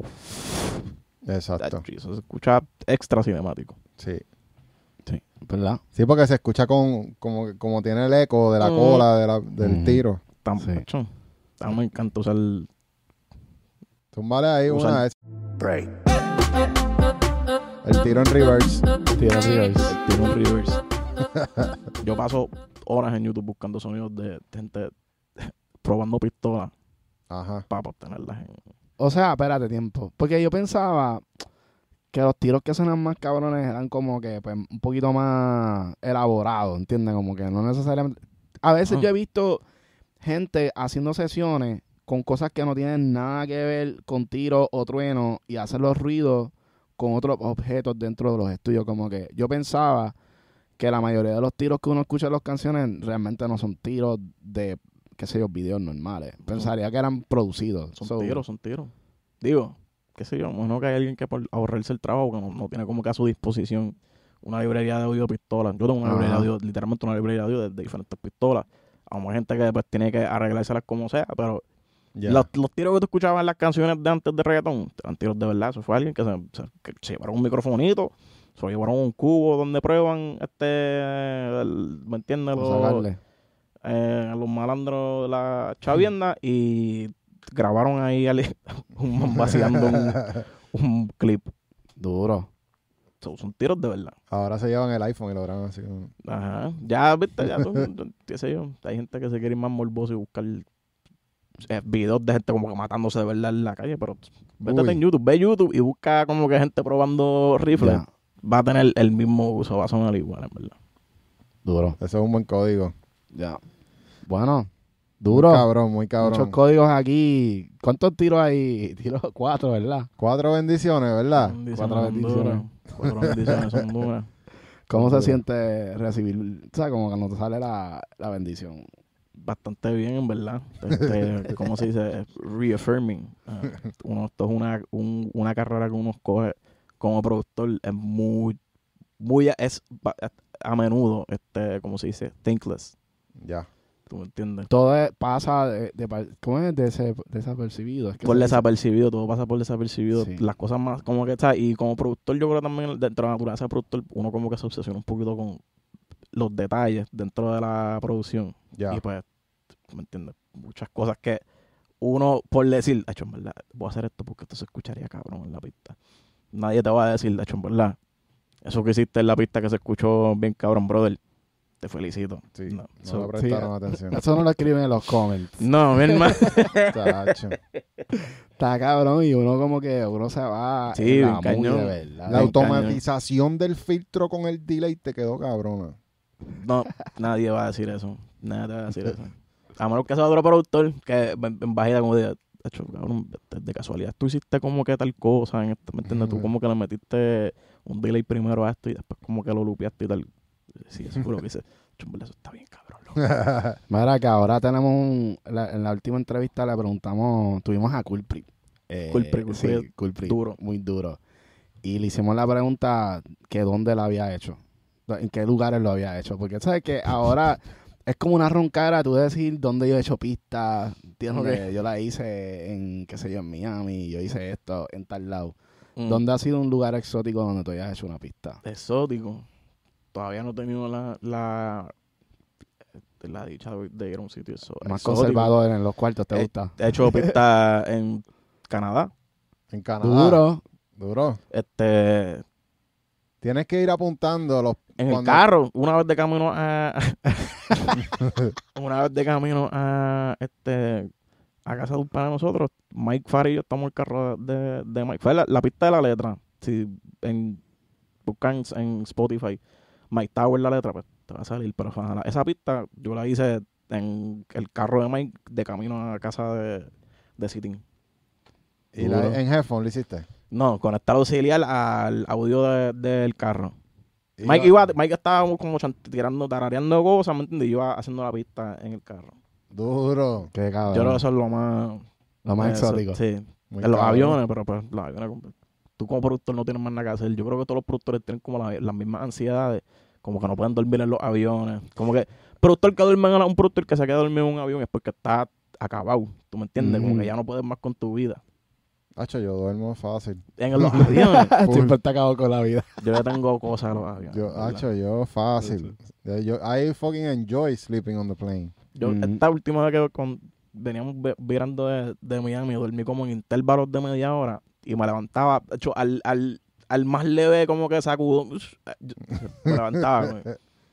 Exacto. Eso se escucha extra cinemático. Sí. Sí, ¿verdad? Sí, porque se escucha con como, como tiene el eco de la Mm. cola de la, del Mm. tiro. Tan, Sí. macho, a mí me encanta usar el... Túmbale ahí Usar- una vez. Break. El tiro en reverse. Tira reverse. Tiene un reverse. Yo paso horas en YouTube buscando sonidos de, de gente probando pistolas Ajá. para obtenerlas en... O sea, espérate tiempo. Porque yo pensaba que los tiros que suenan más cabrones eran como que pues, un poquito más elaborados, ¿entiendes? Como que no necesariamente... A veces Ah. yo he visto gente haciendo sesiones con cosas que no tienen nada que ver con tiros o truenos y hacen los ruidos con otros objetos dentro de los estudios. Como que yo pensaba que la mayoría de los tiros que uno escucha en las canciones realmente no son tiros de, qué sé yo, videos normales. Pensaría que eran producidos. Son So, tiros, son tiros. Digo, qué sé yo, no que hay alguien que por ahorrarse el trabajo que no, no tiene como que a su disposición una librería de audio de pistolas. Yo tengo una Ajá. librería de audio, literalmente una librería de audio de, de diferentes pistolas. A hay gente que pues tiene que arreglárselas como sea, pero Ya. los, los tiros que tú escuchabas en las canciones de antes de reggaetón eran tiros de verdad. Eso fue alguien que se, se, que se llevaron un microfonito, se llevaron un cubo donde prueban, este, el- ¿me entiendes? para Los, sacarle. eh, los malandros de la chavienda y grabaron ahí al- un man vaciando un, un clip. Duro. So, son tiros de verdad. Ahora se llevan el iPhone y lo graban así. como- Ajá. Ya, viste, ya, tú, tú, qué sé yo. Hay gente que se quiere ir más morboso y buscar eh, videos de gente como que matándose de verdad en la calle, pero vete Uy. en YouTube, ve YouTube y busca como que gente probando rifles. Ya. Va a tener el mismo uso, va a sonar igual, en verdad. Duro. Eso es un buen código. Ya. Bueno, duro. Muy cabrón, muy cabrón. Muchos códigos aquí. ¿Cuántos tiros hay? Tiros cuatro, ¿verdad? Cuatro bendiciones, ¿verdad? Bendiciones Cuatro son bendiciones. duras. Cuatro bendiciones son duras. ¿Cómo Duro. se siente recibir, o sea, como cuando te sale la, la bendición? Bastante bien, en verdad. Este, ¿cómo se dice? Reaffirming. Ah, uno, esto es una, un- una carrera que uno escoge como productor. Es muy, muy, es ba- a menudo, este, ¿cómo se dice? Thankless. Ya. ¿Tú me entiendes? Todo es- pasa de, de par- ¿cómo es? Dese- desapercibido. Es que Por se dice- desapercibido, todo pasa por desapercibido. Sí. Las cosas más, como que está. Y como productor, yo creo también, dentro de la naturaleza de productor, uno como que se obsesiona un poquito con los detalles dentro de la producción. Ya. Y pues, ¿me entiendes? Muchas cosas que uno, por decir, hecho, en verdad, voy a hacer esto porque esto se escucharía cabrón en la pista. Nadie te va a decir, hecho, en verdad, eso que hiciste en la pista que se escuchó bien cabrón, brother, te felicito. Sí. No, No, so- le prestaron atención. Eso no lo escriben en los comments. no, mi hermano. Tacho. Está cabrón y uno como que uno se va Sí, en la bien movie cañón. de verdad. La Ay, automatización del filtro con el delay te quedó cabrona. No, nadie va a decir eso. Nadie te va a decir eso. A menos que sea otro productor que en, en bajita como de, hecho, cabrón, de, de casualidad, tú hiciste como que tal cosa, en este, ¿me entiendes? Tú como que le metiste un delay primero a esto y después como que lo lupeaste y tal. Sí, eso fue lo que hice. Chumbel, eso está bien, cabrón. Loco. Mira, que ahora tenemos un, la- en la última entrevista le preguntamos, tuvimos a Culprit. Eh, Culprit, Culprit, sí, Culprit, duro. muy duro. Y le hicimos la pregunta que dónde la había hecho, en qué lugares lo había hecho. Porque sabes que ahora es como una roncadera tú decir dónde yo he hecho pistas. ¿Entiendes? Ok. Que yo la hice en, qué sé yo, en Miami, yo hice esto en tal lado. Mm. ¿Dónde ha sido un lugar exótico donde tú hayas hecho una pista? Exótico. Todavía no he tenido la, la, la dicha de, de ir a un sitio eso. Más exótico. conservador en los cuartos, ¿te Eh, gusta? He hecho pista en Canadá. En Canadá. Duro. Duro. Este, Tienes que ir apuntando los... en el cuando- carro, una vez de camino a una vez de camino a este a casa de un pana de nosotros, Mike Farr y yo estamos en el carro de, de Mike. Fue la, la pista de la letra. Si en buscan en Spotify Mike Tower la letra, pues te va a salir. Pero ojalá, esa pista yo la hice en el carro de Mike de camino a casa de, de Sitin. Y la- en headphone lo hiciste. No, conectar auxiliar al audio de- del carro. Y Mike, iba- iba, Mike estaba como chant- tirando, tarareando cosas, ¿me entiendes? Y yo iba haciendo la pista en el carro. Duro. Qué cabrón. Yo creo que eso es lo más... Lo más eso, exótico. Sí. Muy En los cabrón. aviones, pero pues los aviones... como- Tú como productor no tienes más nada que hacer. Yo creo que todos los productores tienen como la- las mismas ansiedades. Como que no pueden dormir en los aviones. Como que... Productor que duerme en un productor que se queda dormido en un avión es porque está acabado. ¿Tú me entiendes? Como Ujú. que ya no puedes más con tu vida. Hacho, yo duermo fácil. En los aviones... Siempre está acabado con la vida. yo ya tengo cosas en los aviones. Yo, ¿verdad? hacho, yo fácil. Yo, yo- I fucking enjoy sleeping on the plane. Yo, Mm. esta última vez que con- veníamos ve- virando de, de Miami, dormí como en intervalos de media hora y me levantaba, de hecho, al, al, al más leve como que sacudo, yo- me levantaba. güey.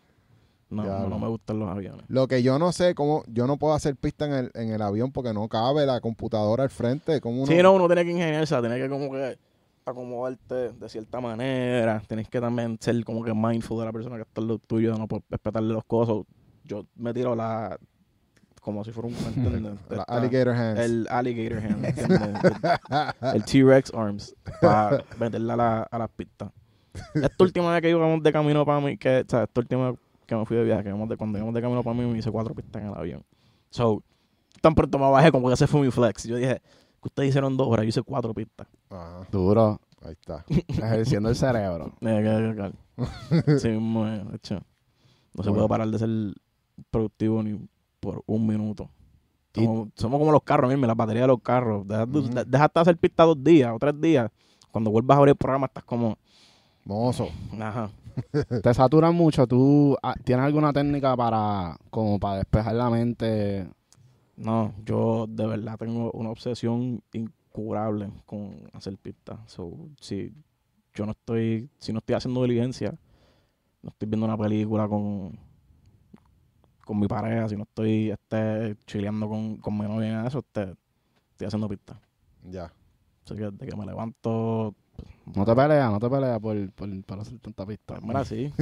No, Ya, no, no no. me gustan los aviones. Lo que yo no sé, cómo yo no puedo hacer pista en el, en el avión porque no cabe la computadora al frente. ¿Cómo uno? Sí, no, uno tiene que ingeniarse, tiene que como que acomodarte de cierta manera, tienes que también ser como que mindful de la persona que está al lado tuyo, no por respetarle los cosas. Yo me tiro la, como si fuera un, ¿me entiendes? La Esta- alligator hands. El alligator hand, ¿entiendes? el, el T-Rex arms para meterla a, la, a las pistas. Esta última vez que íbamos de camino para mí, que, o sea, esta última vez que me fui de viaje, que íbamos de, cuando íbamos de camino para mí, me hice cuatro pistas en el avión. So, tan pronto me bajé, como que ese fue mi flex. Yo dije, que ustedes hicieron dos horas, yo hice cuatro pistas. Ajá, Duro. ahí está. Ejerciendo el cerebro. Eh, que- que- que- sí, mismo, eh, de hecho, no se Bueno. puede parar de ser productivo ni por un minuto. Y- Somos, somos como los carros, mismo, la batería de los carros. Deja, Ujú. de- dejaste de hacer pista dos días o tres días. Cuando vuelvas a abrir el programa estás como, Mozo. ajá. Te saturan mucho. ¿Tú ah, tienes alguna técnica para como para despejar la mente? No, yo de verdad tengo una obsesión incurable con hacer pistas. So, si yo no estoy, si no estoy haciendo diligencia, no estoy viendo una película con, con mi pareja, si no estoy este, chileando con, con mi novia en eso, este, estoy haciendo pistas. Ya. Así que desde que me levanto, No te peleas, no te peleas por, por, por hacer tanta pista. pues mira, sí.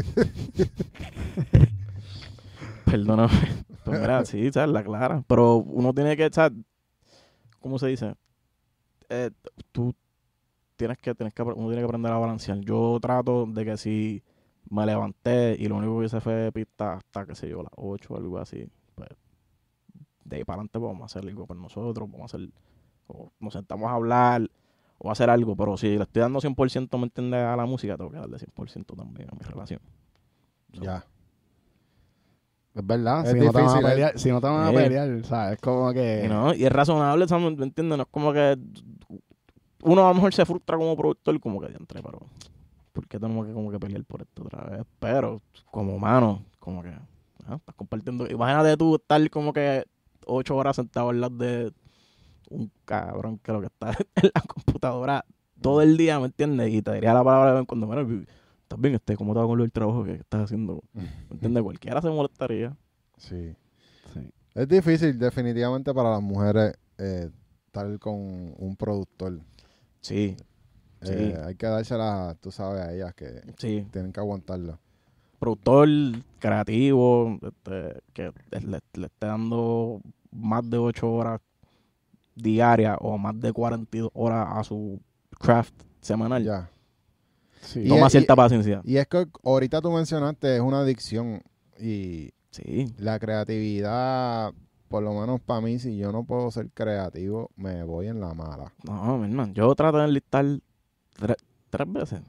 Perdóname. Pues mira, sí, ¿sabes? La clara. Pero uno tiene que echar, ¿cómo se dice? Eh, tú tienes que, tienes que, uno tiene que aprender a balancear. Yo trato de que si me levanté y lo único que hice fue pista hasta, qué sé yo, las ocho o algo así, pues de ahí para adelante pues, vamos a hacer algo por nosotros, vamos a hacer, o nos sentamos a hablar o a hacer algo, pero si le estoy dando cien por ciento, ¿me entiendes? A la música, tengo que darle cien por ciento también a mi relación. So, Ya. Es verdad, Es si, no te van a difícil, es- pelear, si no te van a Sí. pelear, ¿sabes? Es como que... Y, no, y es razonable, ¿sabes? ¿Me entiendes? No es como que uno a lo mejor se frustra como productor, como que diantre, pero ¿por qué tenemos que como que pelear por esto otra vez? Pero como humano, como que ah, estás compartiendo. Imagínate tú estar como que ocho horas sentado al lado de un cabrón que lo que está en la computadora todo el día, ¿me entiendes? Y te diría la palabra de vez en cuando, mira, ¿estás bien? Este, ¿cómo te va con lo del trabajo que estás haciendo? ¿Me entiendes? Cualquiera se molestaría. Sí. Sí. Es difícil definitivamente para las mujeres eh, estar con un productor. Sí, sí, Eh, hay que dárselas, tú sabes, a ellas que sí. tienen que aguantarlo. productor creativo este, que le, le esté dando más de ocho horas diarias o más de cuarenta y dos horas a su craft semanal, Ya. Sí. Y toma es- cierta y- paciencia. Y es que ahorita tú mencionaste, es una adicción y Sí. la creatividad, por lo menos para mí, si yo no puedo ser creativo, me voy en la mala. No, mi hermano, yo trato de enlistar tre- tres veces.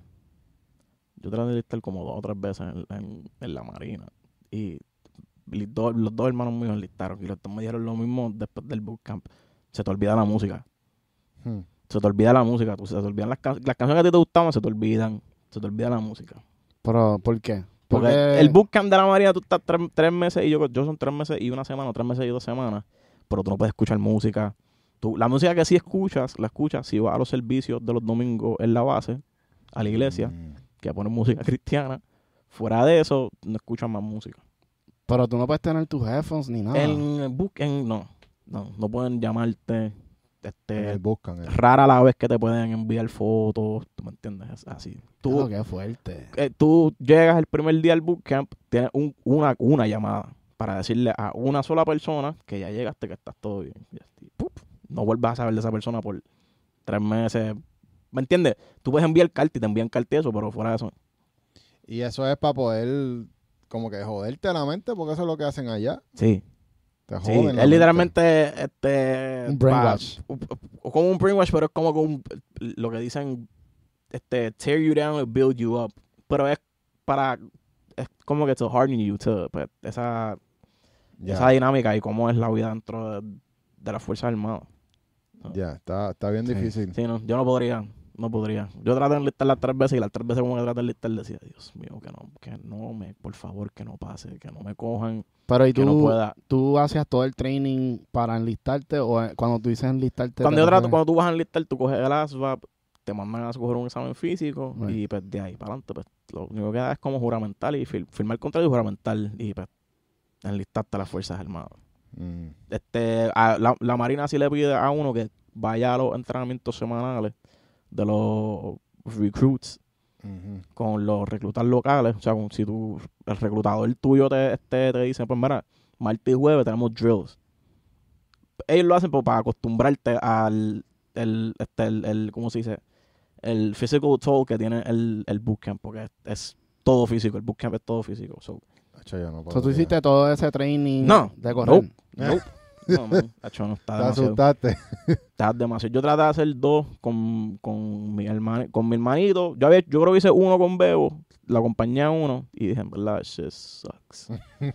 Yo trato de enlistar como dos o tres veces en, en- en la marina. Y los dos, los dos hermanos míos enlistaron. Y los dos me dijeron lo mismo después del bootcamp. Se te olvida la música. Hmm. Se te olvida la música. Tú, se te olvidan las, can- las canciones que a ti te gustaban, se te olvidan. Se te olvida la música. Pero, ¿por qué? Porque Porque el bootcamp de la marina, tú estás tres, tres meses y yo, yo son tres meses y una semana, o tres meses y dos semanas. Pero tú no puedes escuchar música. Tú, la música que sí escuchas, la escuchas si vas a los servicios de los domingos en la base, a la iglesia, Mm. que ponen música cristiana. Fuera de eso, no escuchas más música. Pero tú no puedes tener tus headphones ni nada. En el book, en, no, no, no pueden llamarte. En Este, el buscan. eh. rara la vez que te pueden enviar fotos, ¿tú me entiendes? Es así. Tú, Claro, qué fuerte. eh, tú llegas el primer día al bootcamp, tienes un, una, una llamada para decirle a una sola persona que ya llegaste, que estás todo bien. Y así, ¡pup! No vuelvas a saber de esa persona por tres meses. ¿Me entiendes? Tú puedes enviar carta y te envían carta y eso, pero fuera de eso. Y eso es para poder, como que joderte la mente, porque eso es lo que hacen allá. Sí. Te Sí, joden la es mente. literalmente este Un brainwash. pa- o como un brainwash, pero es como un, lo que dicen este tear you down and build you up, pero es para es como que to harden you to pues, esa Ya, esa dinámica y cómo es la vida dentro de, de las Fuerzas Armadas. ya, está, está bien Sí. difícil. Sí, no, yo no podría, no podría. Yo traté de enlistar las tres veces y las tres veces como que traté de enlistar decía, Dios mío, que no, que no me, por favor, que no pase, que no me cojan, Pero ¿y que tú, no pueda. tú hacías todo el training para enlistarte o eh, cuando tú dices enlistarte? Cuando te yo trato, refieres- cuando tú vas a enlistar, tú coges el ASVAB, te mandan a coger un examen físico Right. y pues de ahí para adelante, pues lo único que da es como juramental y fir- firmar contrato y juramental y pues enlistarte a las Fuerzas Armadas. Mm. Este, a la, la Marina sí le pide a uno que vaya a los entrenamientos semanales de los recruits Ujú. con los reclutas locales. O sea, con- si tú, el reclutador tuyo te, este, te dice, pues mira, martes y jueves tenemos drills. Ellos lo hacen pues, para acostumbrarte al, el, este, el, el, ¿cómo se dice? El physical toll que tiene el, el bootcamp, porque es, es todo físico, el bootcamp es todo físico. So, Hacho, yo no O sea, tú podría. hiciste todo ese training No, de correr. nope. no, man, hacho, no, está Te demasiado. asustaste. Está demasiado. Yo traté de hacer dos con, con mi hermano, con mi hermanito. Yo había, yo creo que hice uno con Bebo, lo acompañé a uno y dije, en verdad, shit sucks.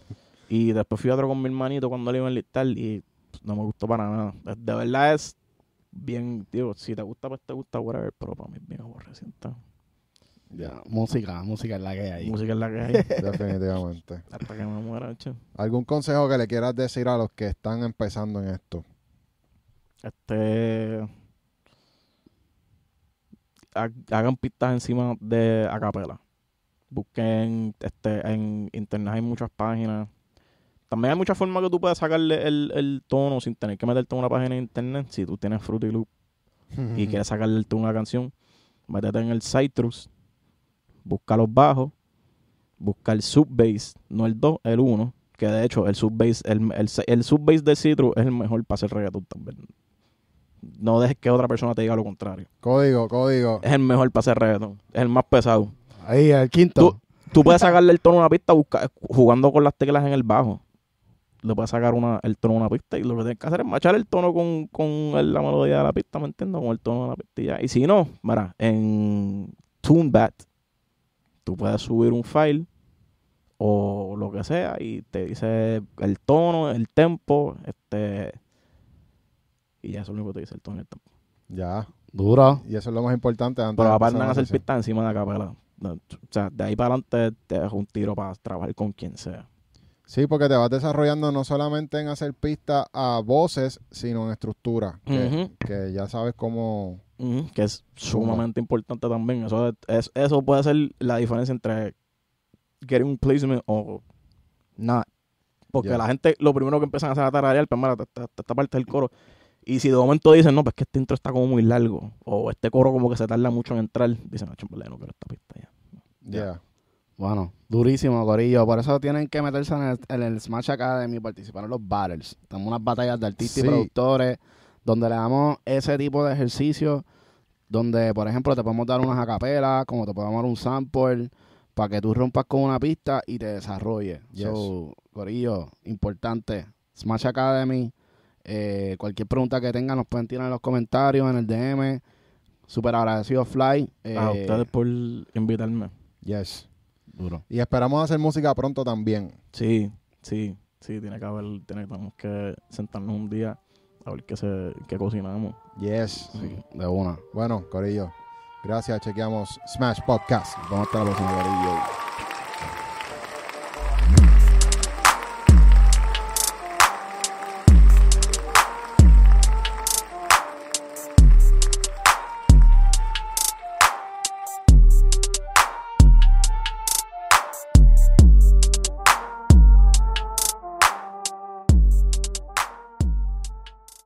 Y después fui a otro con mi hermanito cuando le iba a enlistar y pues, no me gustó para nada. De verdad es bien, digo, si te gusta, pues te gusta, whatever, pero para mí es bien aborreciente. Ya, música, música es la que hay. Música es la que hay. Definitivamente. Hasta que me muera, che. ¿Algún consejo que le quieras decir a los que están empezando en esto? Este. ha- Hagan pistas encima de acapela. Busquen este, en internet, hay muchas páginas. También hay muchas formas que tú puedes sacarle el, el tono sin tener que meterte en una página de internet. Si tú tienes Fruity Loop y quieres sacarle el tono a una canción, métete en el Citrus, busca los bajos, busca el sub-bass, no el dos, el uno, que de hecho el sub-bass, el, el, el sub-bass de Citrus es el mejor para hacer reggaetón también. No dejes que otra persona te diga lo contrario. Código, código. Es el mejor para hacer reggaetón, es el más pesado. Ahí, el quinto. Tú puedes sacarle el tono a una pista busca, jugando con las teclas en el bajo. Le puedes sacar una, el tono a una pista y lo que tienes que hacer es machar el tono con, con el- la melodía de la pista, ¿me entiendes? Con el tono de la pista y ya. Y si no, mira, en TuneBat tú puedes subir un file o lo que sea y te dice el tono, el tempo, este y ya eso es lo único que te dice el tono y el tempo. Ya. Duro. Y eso es lo más importante antes Pero de aparte empezar de una hacer sesión. pistas encima de la capela. No, o sea, de ahí para adelante te dejo un tiro para trabajar con quien sea. Sí, porque te vas desarrollando no solamente en hacer pistas a voces, sino en estructura. Que, Ujú. que ya sabes cómo... Ujú, que es sumamente importante también. Eso, es, es- eso puede ser la diferencia entre getting un placement o not. Porque Ya. la gente, lo primero que empiezan a hacer a tararear, pues, mira, esta, esta- esta parte del coro. Y si de momento dicen, no, pues que este intro está como muy largo, o este coro como que se tarda mucho en entrar, dicen, ah, en verdad, no quiero esta pista ya. Ya. Bueno, durísimo, corillo. Por eso tienen que meterse en el, en el Smash Academy y participar en los battles. Tenemos unas batallas de artistas Sí. y productores donde le damos ese tipo de ejercicio donde, por ejemplo, te podemos dar unas acapelas, como te podemos dar un sample para que tú rompas con una pista y te desarrolles. Yes. So, corillo, importante. Smash Academy. Eh, cualquier pregunta que tengan nos pueden tirar en los comentarios, en el D M. Súper agradecido, Fly. Eh, A ustedes por invitarme. Yes. Duro. Y esperamos hacer música pronto también. Sí, sí, sí, tiene que haber, tiene, tenemos que sentarnos un día a ver qué, se, qué cocinamos. Yes. Sí, de una. Bueno, corillo. Gracias. Chequeamos Smash Podcast. Vamos hasta la próxima, corillo.